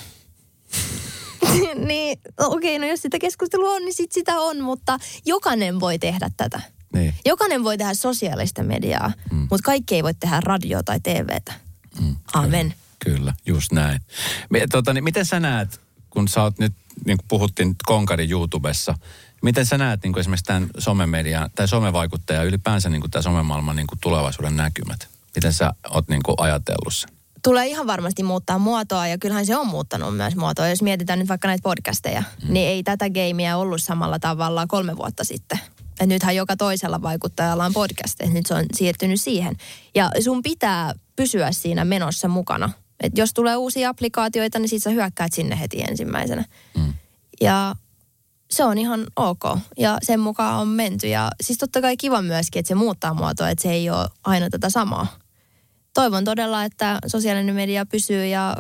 Niin, okei, okay, no jos sitä keskustelua on, niin sit sitä on, mutta jokainen voi tehdä tätä. Niin. Jokainen voi tehdä sosiaalista mediaa, mm. mutta kaikki ei voi tehdä radio- tai T V:tä. Mm, Amen. Kyllä, kyllä, just näin. Me, tota, niin miten sä näet, kun sä oot nyt, niin kuin puhuttiin Konkarin YouTubessa, miten sä näet niin kuin esimerkiksi tämän somemedian, tai somevaikuttaja ylipäänsä niin kuin tämä somemaailman niin kuin tulevaisuuden näkymät? Miten sä oot niin kuin ajatellut sen? Tulee ihan varmasti muuttaa muotoa ja kyllähän se on muuttanut myös muotoa. Jos mietitään nyt vaikka näitä podcasteja, mm. niin ei tätä gameia ollut samalla tavalla kolme vuotta sitten. Et nythän joka toisella vaikuttajalla on podcast, nyt se on siirtynyt siihen. Ja sun pitää pysyä siinä menossa mukana. Et jos tulee uusia applikaatioita, niin sit sä hyökkäät sinne heti ensimmäisenä. Mm. Ja se on ihan ok. Ja sen mukaan on menty. Ja siis totta kai kiva myöskin, että se muuttaa muotoa, että se ei ole aina tätä samaa. Toivon todella, että sosiaalinen media pysyy ja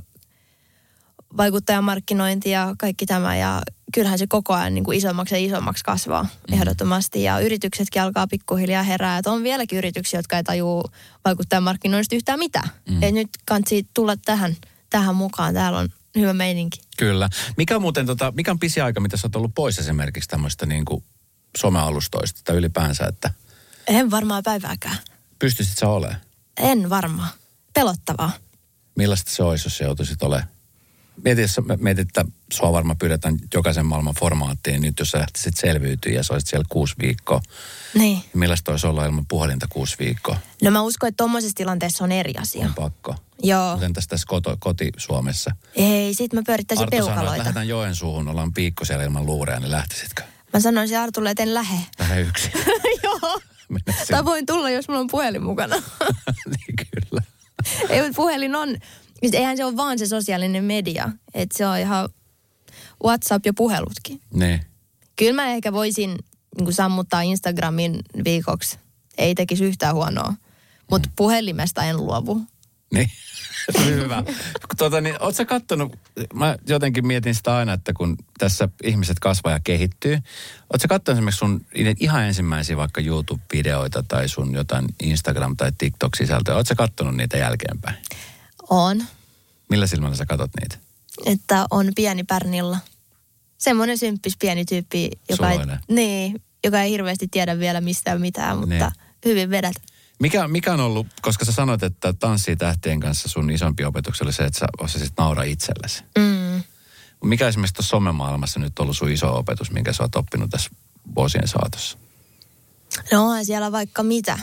vaikuttajamarkkinointi ja kaikki tämä. Ja kyllähän se koko ajan niin kuin isommaksi ja isommaksi kasvaa mm. ehdottomasti. Ja yrityksetkin alkaa pikkuhiljaa herää. Että on vieläkin yrityksiä, jotka ei tajuu vaikuttajamarkkinoinnista yhtään mitään. Mm. Et nyt kannattaa tulla tähän, tähän mukaan. Täällä on hyvä meininki. Kyllä. Mikä on muuten, tota, mikä on pisi aika, mitä sä oot ollut pois esimerkiksi tämmöistä niin kuin somealustoista tai ylipäänsä, että... En varmaan päivääkään. Pystyisit sä olemaan? En varmaan. Pelottavaa. Millaista se olisi, jos sä joutuisit olemaan? Mietit, mietit, että sua varmaan pyydetään jokaisen maailman formaattiin, niin nyt jos sä lähtisit selviytyä ja sä olisit siellä kuusi viikkoa. Niin. Millaista olisi olla ilman puhelinta kuusi viikkoa? No mä uskon, että tuommoisessa tilanteessa on eri asia. On pakko. Joo. Miten tässä, tässä koto, koti-Suomessa? Ei, sit mä pyörittäisin Arto peukaloita. Arto sanoi, että lähdetään Joensuuhun, ollaan viikko siellä ilman luureja, niin lähtisitkö? Mä sanoisin Artulle, että en lähe. Lähde yksin. Joo. Tai voin tulla, jos mulla on puhelin mukana. Niin kyllä. Ei, mutta puhelin on, eihän se ole vaan se sosiaalinen media. Että se on ihan WhatsApp ja puhelutkin. Niin. Kyllä mä ehkä voisin niin kuin sammuttaa Instagramin viikoksi. Ei tekisi yhtään huonoa. Mutta mm. puhelimesta en luovu. Niin. Hyvä. Tuota, niin, ootko sä kattonut, mä jotenkin mietin sitä aina, että kun tässä ihmiset kasvaa ja kehittyy, ootko sä kattonut esimerkiksi sun ihan ensimmäisiä vaikka YouTube-videoita tai sun jotain Instagram- tai TikTok-sisältöä, ootko sä kattonut niitä jälkeenpäin? On. Millä silmällä sä katot niitä? Että on pieni Pärnilla. Semmoinen symppis pieni tyyppi, joka ei, niin, joka ei hirveästi tiedä vielä mistään mitään, mutta niin. Hyvin vedät. Mikä, mikä on ollut, koska sä sanoit, että Tanssii tähtien kanssa sun isompi opetus oli se, että sä osasit nauraa itsellesi. Mm. Mikä esimerkiksi tuossa somemaailmassa nyt on ollut sun iso opetus, minkä sä oot oppinut tässä vuosien saatossa? No onhan siellä vaikka mitä.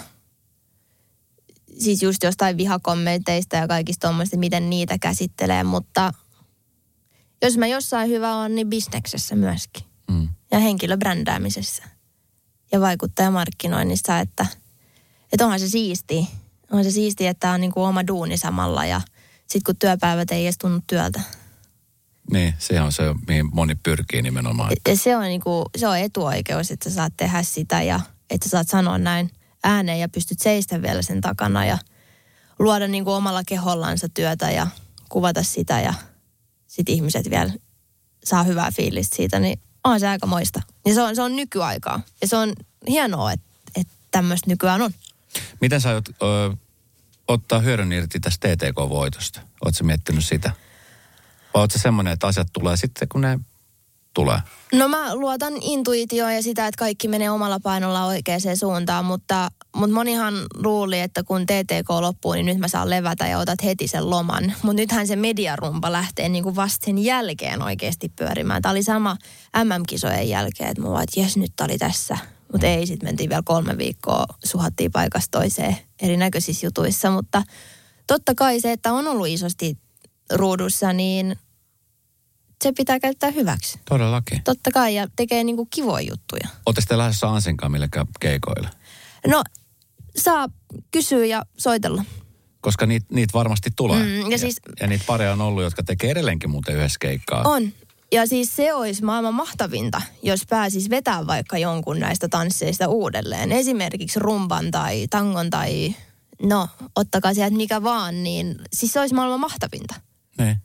Siis just jostain vihakommenteista ja kaikista tuommoista, miten niitä käsittelee, mutta jos mä jossain hyvä on, niin bisneksessä myöskin. Mm. Ja henkilöbrändäämisessä. Ja vaikuttajamarkkinoinnissa, että... Että onhan se siistiä. Onhan se siistiä, että on niinku oma duuni samalla ja sitten kun työpäivät ei edes tunnu työltä. Niin, se on se, mihin moni pyrkii nimenomaan. Ja se on, niinku, se on etuoikeus, että sä saat tehdä sitä ja että sä saat sanoa näin ääneen ja pystyt seistä vielä sen takana ja luoda niinku omalla kehollansa työtä ja kuvata sitä ja sitten ihmiset vielä saa hyvää fiilistä siitä, niin onhan se aika moista. Ja se on, se on nykyaikaa. Ja se on hienoa, että, että tämmöistä nykyään on. Miten sä aiot ö, ottaa hyödyn irti tästä T T K-voitosta? Ootko sä miettinyt sitä? Vai ootko sä semmoinen, että asiat tulee sitten, kun ne tulee? No mä luotan intuitioon ja sitä, että kaikki menee omalla painolla oikeaan suuntaan, mutta, mutta monihan luuli, että kun T T K loppuu, niin nyt mä saan levätä ja otat heti sen loman. Mutta nythän se mediarumpa lähtee niin kuin vasta sen jälkeen oikeasti pyörimään. Tämä oli sama M M-kisojen jälkeen, että mä vaan, että jes, nyt tää oli tässä. Mutta ei, sitten mentiin vielä kolme viikkoa, suhattiin paikasta toiseen erinäköisissä jutuissa. Mutta totta kai se, että on ollut isosti ruudussa, niin se pitää käyttää hyväksi. Todellakin. Totta kai, ja tekee niinku kivoja juttuja. Ootte sitten lähdössä Ansinkaan millekään keikoille? No, saa kysyä ja soitella. Koska niitä niit varmasti tulee. Mm, ja, ja, siis, ja niitä pareja on ollut, jotka tekee edelleenkin muuten yhdessä keikkaa. On. Ja siis se olisi maailman mahtavinta, jos pääsis vetämään vaikka jonkun näistä tansseista uudelleen. Esimerkiksi rumban tai tangon tai no, ottakaa sieltä mikä vaan, niin siis se olisi maailman mahtavinta. Niin.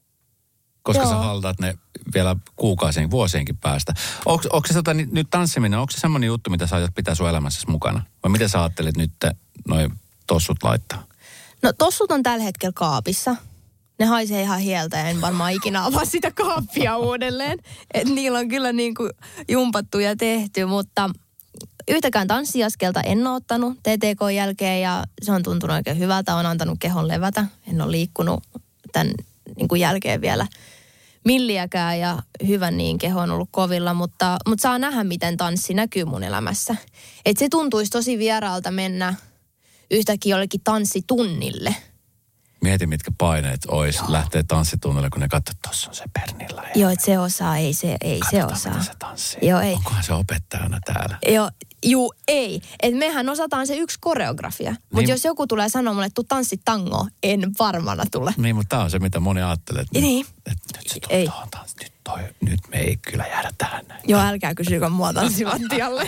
Koska Joo. sä haltaat ne vielä kuukausien, vuosienkin päästä. Onko, onko se tota, nyt tanssiminen, onko se semmoinen juttu, mitä sä aiot pitää sun elämässäsi mukana? Vai miten sä ajattelit nyt noin tossut laittaa? No tossut on tällä hetkellä kaapissa. Ne haisee ihan hieltä ja en varmaan ikinä avaa sitä kaappia uudelleen. Et niillä on kyllä niin kuin jumpattu ja tehty, mutta yhtäkään tanssiaskelta en ole ottanut T T K jälkeen ja se on tuntunut oikein hyvältä. On antanut kehon levätä. En ole liikkunut tämän niin kuin jälkeen vielä milliäkään ja hyvä niin, keho on ollut kovilla, mutta, mutta saa nähdä, miten tanssi näkyy mun elämässä. Et se tuntuisi tosi vieraalta mennä yhtäkkiä jollekin tanssitunnille. Mieti, mitkä paineet ois Joo. lähtee tanssitunnille, kun ne katsoo, että tossa on se Pernilla. Ja Joo, että se osaa, ei se, ei se osaa. Miten se tanssii. Joo, ei. Onkohan se opettajana täällä? Joo, juu, ei. Et mehän osataan se yksi koreografia. Mutta Niin. jos joku tulee sanoa mulle, että tuu tanssi tangoa, en varmana tule. Niin, mutta tämä on se, mitä moni ajattelee. Että Niin. Nyt, että nyt se Ei. tulee tuohon tanssi. Nyt, toi, nyt me ei kyllä jäädä tähän näin. Joo, älkää kysykö mua tanssivattialle.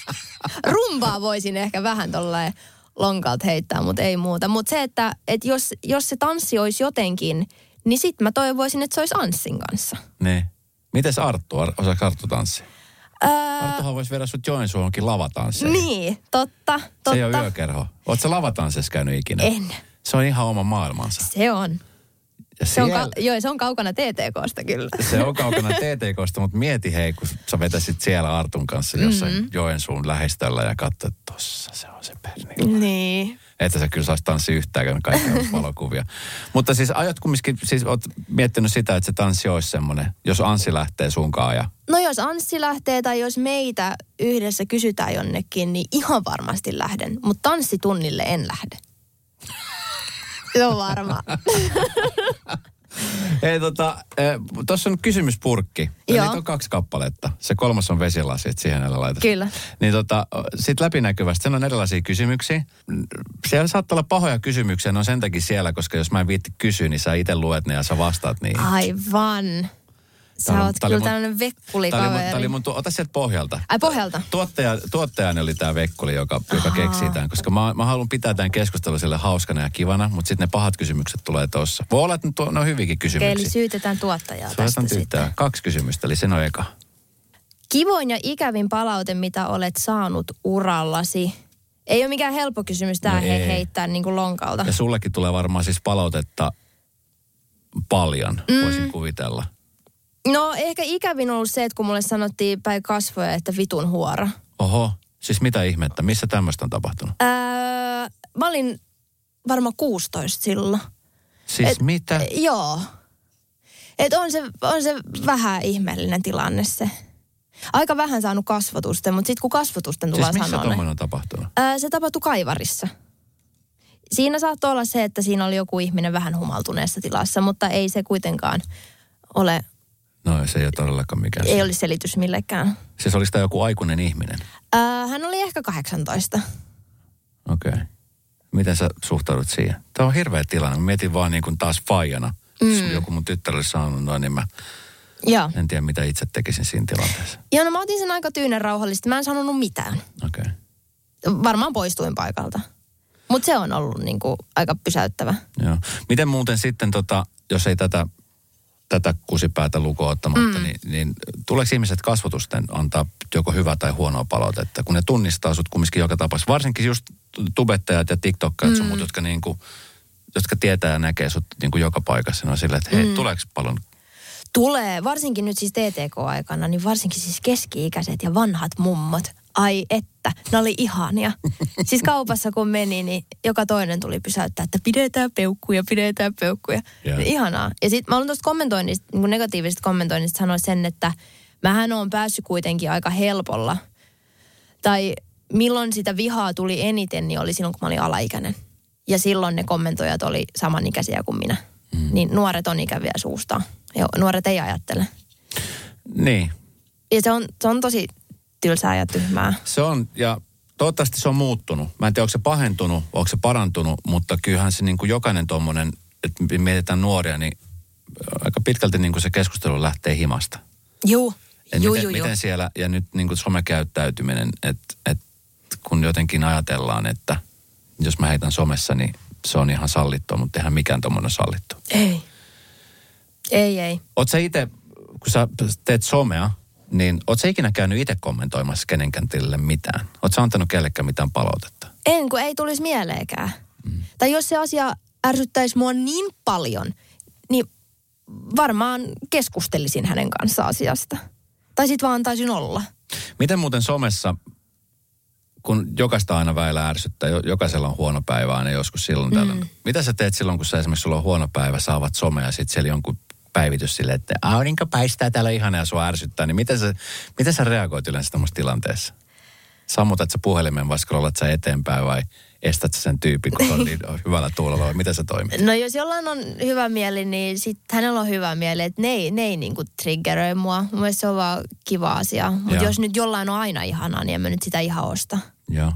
Rumbaa voisin ehkä vähän tolleen lonkalta heittää, mutta ei muuta. Mutta se, että, että jos, jos se tanssi olisi jotenkin, niin sit mä toivoisin, että se olisi Anssin kanssa. Niin. Mites Arttu? Ar- Osaako Arttu tanssia? Ää, Arttuhan voisi viedä sut Joensuuhunkin lavatansseihin. niin, totta, totta. Se ei ole yökerho. Ootko sä lavatanssissa käynyt ikinä? En. Se on ihan oma maailmansa. Se on. Ja Se on, siellä- ka- joo, se on kaukana T T K:sta kyllä. Se on kaukana T T K:sta, mutta mieti hei, kun sä vetäisit siellä Artun kanssa jossain mm-hmm. Joensuun lähistöllä ja katsot, että tossa se on se Pernilla. Niin. Että sä kyllä saisi tanssia yhtään, kun kaikki on valokuvia. Mutta siis aiot kumminkin, siis oot miettinyt sitä, että se tanssi olisi semmoinen, jos Anssi lähtee sunkaan ja... No jos Anssi lähtee tai jos meitä yhdessä kysytään jonnekin, niin ihan varmasti lähden. Mutta tanssitunnille en lähde. Se on varma. Ei tota, tuossa on kysymyspurkki. Ja Joo. niitä on kaksi kappaletta. Se kolmas on vesilasi, että siihen älä laita. Kyllä. Niin tota, sit läpinäkyvästi, sen on erilaisia kysymyksiä. Siellä saattaa olla pahoja kysymyksiä, ne on sen takia siellä, koska jos mä en viitti kysyä, niin sä itse luet ne ja sä vastaat niihin. Aivan. Sä Tää on- oot tää oli kyllä mun- tämmönen vekkuli Tää oli, mun- kaveri. tää oli mun, tu- ota sieltä pohjalta. Ai pohjalta? Tuottaja, tuottajani oli tämä Vekkuli, joka, joka keksii tämän, koska mä, mä haluan pitää tämän keskustelun sille hauskana ja kivana, mutta sitten ne pahat kysymykset tulee tossa. Voi olla, että ne, tuo, ne on hyvinkin Okei, kysymyksiä. eli syytetään tuottajaa tästä Suotan sitten. tyttää. Kaksi kysymystä, eli sen on eka. Kivoin ja ikävin palaute, mitä olet saanut urallasi. Ei ole mikään helppo kysymys tää No he, ei. heittää niin kuin lonkalta. Ja sullekin tulee varmaan siis palautetta paljon, mm. voisin kuvitella. No ehkä ikävin on ollut se, että kun mulle sanottiin päin kasvoja, että vitun huora. Oho, siis mitä ihmettä, missä tämmöistä on tapahtunut? Ää, mä olin varmaan kuusitoista silloin. Siis Et- mitä? Joo. Et on se, on se vähän ihmeellinen tilanne se. Aika vähän saanut kasvotusten, mutta sitten kun kasvotusten Siis tullaan missä sanoa ne. tommoinen on tapahtunut? Ää, se tapahtui Kaivarissa. Siinä saattoi olla se, että siinä oli joku ihminen vähän humaltuneessa tilassa, mutta ei se kuitenkaan ole, No se ei ole todellakaan mikään. ei olisi selitys millekään. Siis olisi tämä joku aikuinen ihminen? Ää, hän oli ehkä kahdeksantoista. Okei. Okay. Miten sä suhtaudut siihen? Tämä on hirveä tilanne. Mä mietin vaan niin kuin taas faijana. Mm. Jos joku mun tyttär olisi sanonut noin, niin mä Joo. en tiedä mitä itse tekisin siinä tilanteessa. Ja no mä otin sen aika tyynen rauhallisesti. Mä en sanonut mitään. Okei. Okay. Varmaan poistuin paikalta. Mutta se on ollut niinku aika pysäyttävä. Joo. Miten muuten sitten, tota, jos ei tätä tätä kusipäätä lukuun ottamatta, mm. niin, niin tuleeko ihmiset kasvotusten antaa joko hyvää tai huonoa palautetta, kun ne tunnistaa sut kumminkin joka tapauksessa. Varsinkin just tubettajat ja tiktokkaat mm. sun muut, jotka, niinku, jotka tietää ja näkee sut niinku joka paikassa. Ne on silleen, että hei, mm. tuleeko paljon? Tulee, varsinkin nyt siis T T K-aikana, niin varsinkin siis keski-ikäiset ja vanhat mummot. Ai että, ne oli ihania. Siis kaupassa kun meni, niin joka toinen tuli pysäyttää, että pidetään peukkuja, pidetään peukkuja. Yeah. Ihanaa. Ja sitten mä olen tuosta kommentoinnista, niin negatiivisesta kommentoinnista sanoa sen, että mähän oon päässyt kuitenkin aika helpolla. Tai milloin sitä vihaa tuli eniten, niin oli silloin, kun mä olin alaikäinen. Ja silloin ne kommentoijat oli samanikäisiä kuin minä. Mm. Niin nuoret on ikäviä suustaan. Ja nuoret ei ajattele. Niin. Ja se on, se on tosi tylsää ja tyhmää. Se on, ja toivottavasti se on muuttunut. Mä en tiedä, onko se pahentunut, onko se parantunut, mutta kyllähän se niin kuin jokainen tommonen, että mietitään nuoria, niin aika pitkälti niin kuin se keskustelu lähtee himasta. Juu, juu, miten, juu. Miten siellä, ja nyt niin kuin somekäyttäytyminen, että, että kun jotenkin ajatellaan, että jos mä heitän somessa, niin se on ihan sallittua, mutta eihän mikään tommoinen sallittu. Ei. Ei, ei. Oot sä itse, kun sä teet somea, niin oot sä ikinä käynyt itse kommentoimassa kenenkään tilille mitään? Oot sä antanut kellekään mitään palautetta? En, kun ei tulisi mieleenkään. Mm. Tai jos se asia ärsyttäisi mua niin paljon, niin varmaan keskustelisin hänen kanssaan asiasta. Tai sit vaan antaisin olla. Miten muuten somessa, kun jokaista aina väillä ärsyttää, jokaisella on huono päivä aina joskus silloin mm. tällä. Mitä sä teet silloin, kun sä esimerkiksi sulla on huono päivä, saavat somea ja sit siellä jonkun päivitys silleen, että aurinko paistaa täällä ihana ja sua ärsyttää, niin miten sä, miten sä reagoit yleensä tämmöisessä tilanteessa? Sammutat sä puhelimen vai scrollat sä eteenpäin vai estät sä sen tyypin, kun on niin hyvällä tuulella vai miten sä toimit? No jos jollain on hyvä mieli, niin sit hänellä on hyvä mieli, että ne ei, ne ei niinku triggeröi mua. Mun mielestä se on vaan kiva asia. Mutta jos nyt jollain on aina ihanaa, niin en mä nyt sitä ihan osta. Joo.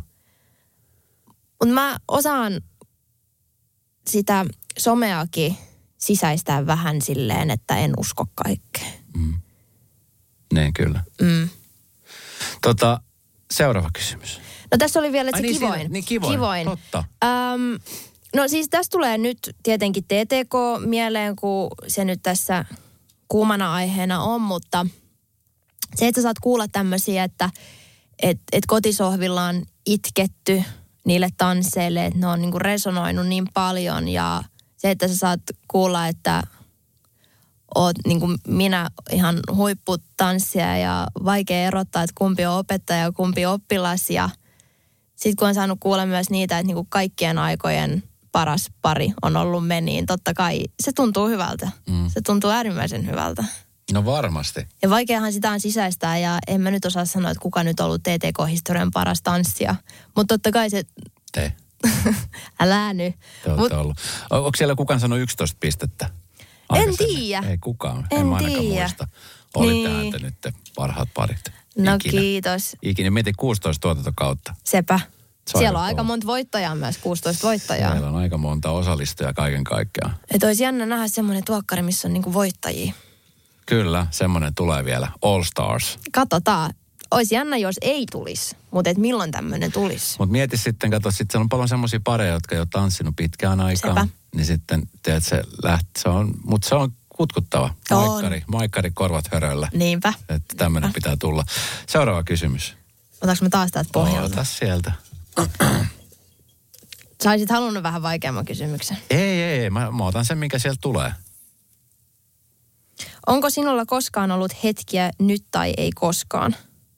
Mutta mä osaan sitä someakin sisäistää vähän silleen, että en usko kaikkeen. Mm. Niin, kyllä. Mm. Tota, seuraava kysymys. No tässä oli vielä, että Ai se niin, kivoin. Siinä, niin kivoin. kivoin. Totta. Öm, no siis tässä tulee nyt tietenkin T T K mieleen, kun se nyt tässä kuumana aiheena on, mutta se, että sä saat kuulla tämmöisiä, että et, et kotisohvilla on itketty niille tansseille, että ne on niinku resonoinut niin paljon ja se, että sä saat kuulla, että oot niin kuin minä ihan huipputanssia ja vaikea erottaa, että kumpi on opettaja ja kumpi oppilas. Ja sitten kun on saanut kuulla myös niitä, että niin kuin kaikkien aikojen paras pari on ollut me, niin totta kai se tuntuu hyvältä. Mm. Se tuntuu äärimmäisen hyvältä. No varmasti. Ja vaikeahan sitä on sisäistää ja en mä nyt osaa sanoa, että kuka nyt on ollut T T K-historian paras tanssia. Mutta totta kai se... Te. Älä nyt. Te olette Mut... ollut. Onko siellä kukaan sanonut yksitoista pistettä? En tiedä. Ei kukaan. En, en mä ainakaan tiedä. muista. Oli niin. täältä nyt parhaat parit. No Ikinä. kiitos. Ikinä. Mietin kuusitoista tuotantokautta. Sepä. Se Siellä on aika monta voittajaa myös, kuusitoista voittajaa. Siellä on aika monta osallistujaa kaiken kaikkiaan. Että olisi jännä nähdä semmoinen tuokkari, missä on niinku voittajia. Kyllä, semmoinen tulee vielä. All Stars. Katsotaan. Olisi jännä, jos ei tulisi, mutta et milloin tämmöinen tulisi. Mutta mieti sitten, kato, sitten siellä on paljon semmoisia pareja, jotka ei ole tanssinut pitkään aikaan. Sepä. Niin sitten, tiedät, se lähti, se on, mutta se on kutkuttava. Maikkari, maikkari korvat höröllä. Niinpä. Että tämmöinen pitää tulla. Seuraava kysymys. Otaks mä taas täältä pohjalta? Ota sieltä. Sä olisit halunnut vähän vaikeamman kysymyksen. Ei, ei, ei. Mä, mä otan sen, mikä sieltä tulee. Onko sinulla koskaan ollut hetkiä nyt tai ei koskaan?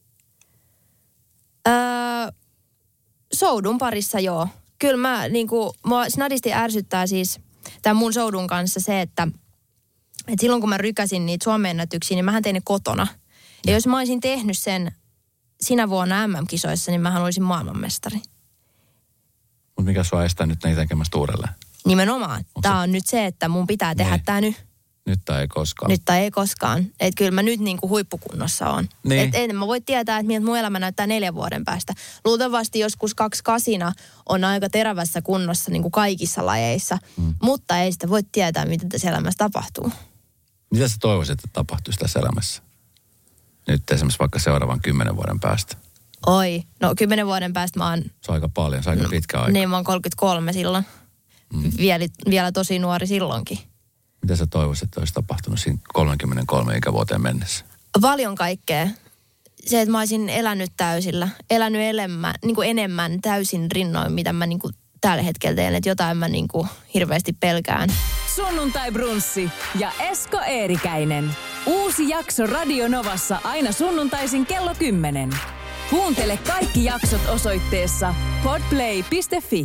Öö, soudun parissa joo. Kyllä mä niinku, mua snadisti ärsyttää siis tämän mun soudun kanssa se, että, että silloin kun mä rykäsin niitä Suomen-ennätyksiä, niin mähän tein ne kotona. Ja jos mä olisin tehnyt sen sinä vuonna M M-kisoissa, niin mähän olisin maailmanmestari. Mutta mikä sua estää nyt näitä tekemästä uudelleen? Nimenomaan. Onko Tämä se... on nyt se, että mun pitää tehdä niin. tämä nyt. Nyt tai ei koskaan. Nyt tai ei koskaan. Että kyllä mä nyt niinku huippukunnossa on. Niin. Että en mä voi tietää, että miltä mun elämä näyttää neljän vuoden päästä. Luultavasti joskus kaksi kasina on aika terävässä kunnossa niinku kaikissa lajeissa. Mm. Mutta ei sitä voi tietää, mitä tässä elämässä tapahtuu. Mitä sä toivoisit, että tapahtuisi tässä elämässä? Nyt esimerkiksi vaikka seuraavan kymmenen vuoden päästä. Oi, no kymmenen vuoden päästä mä oon... Se on aika paljon, se on aika no, pitkä aika. Niin, mä oon kolmekymmentäkolme silloin. Mm. Vielä, vielä tosi nuori silloinkin. Mitä sä toivoisit, että olisi tapahtunut siinä kolmekymmentäkolme ikävuoteen mennessä? Paljon kaikkea. Se, että mä olisin elänyt täysillä. Elänyt elemmä, niin kuin enemmän täysin rinnoin, mitä mä niin kuin tällä hetkellä teen. Että jotain mä niin kuin hirveästi pelkään. Sunnuntai Brunssi ja Esko Eerikäinen. Uusi jakso Radio Novassa aina sunnuntaisin kello kymmenen. Kuuntele kaikki jaksot osoitteessa podplay piste fi.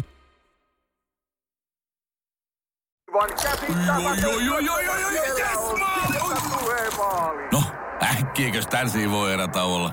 No, äkkiäkös tän voi erätä olla?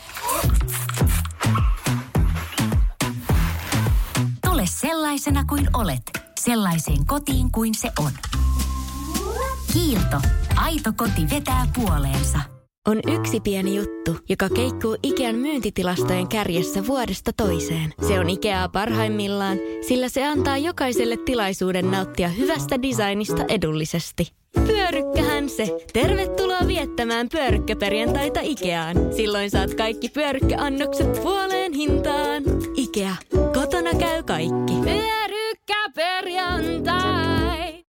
Tule sellaisena kuin olet, sellaiseen kotiin kuin se on. Kiilto. Aito koti vetää puoleensa. On yksi pieni juttu, joka keikkuu Ikean myyntitilastojen kärjessä vuodesta toiseen. Se on Ikeaa parhaimmillaan, sillä se antaa jokaiselle tilaisuuden nauttia hyvästä designista edullisesti. Pyörykkähän se. Tervetuloa viettämään pyörykkäperjantaita Ikeaan. Silloin saat kaikki pyörykkäannokset puoleen hintaan. Ikea. Kotona käy kaikki. Pyörykkäperjantai.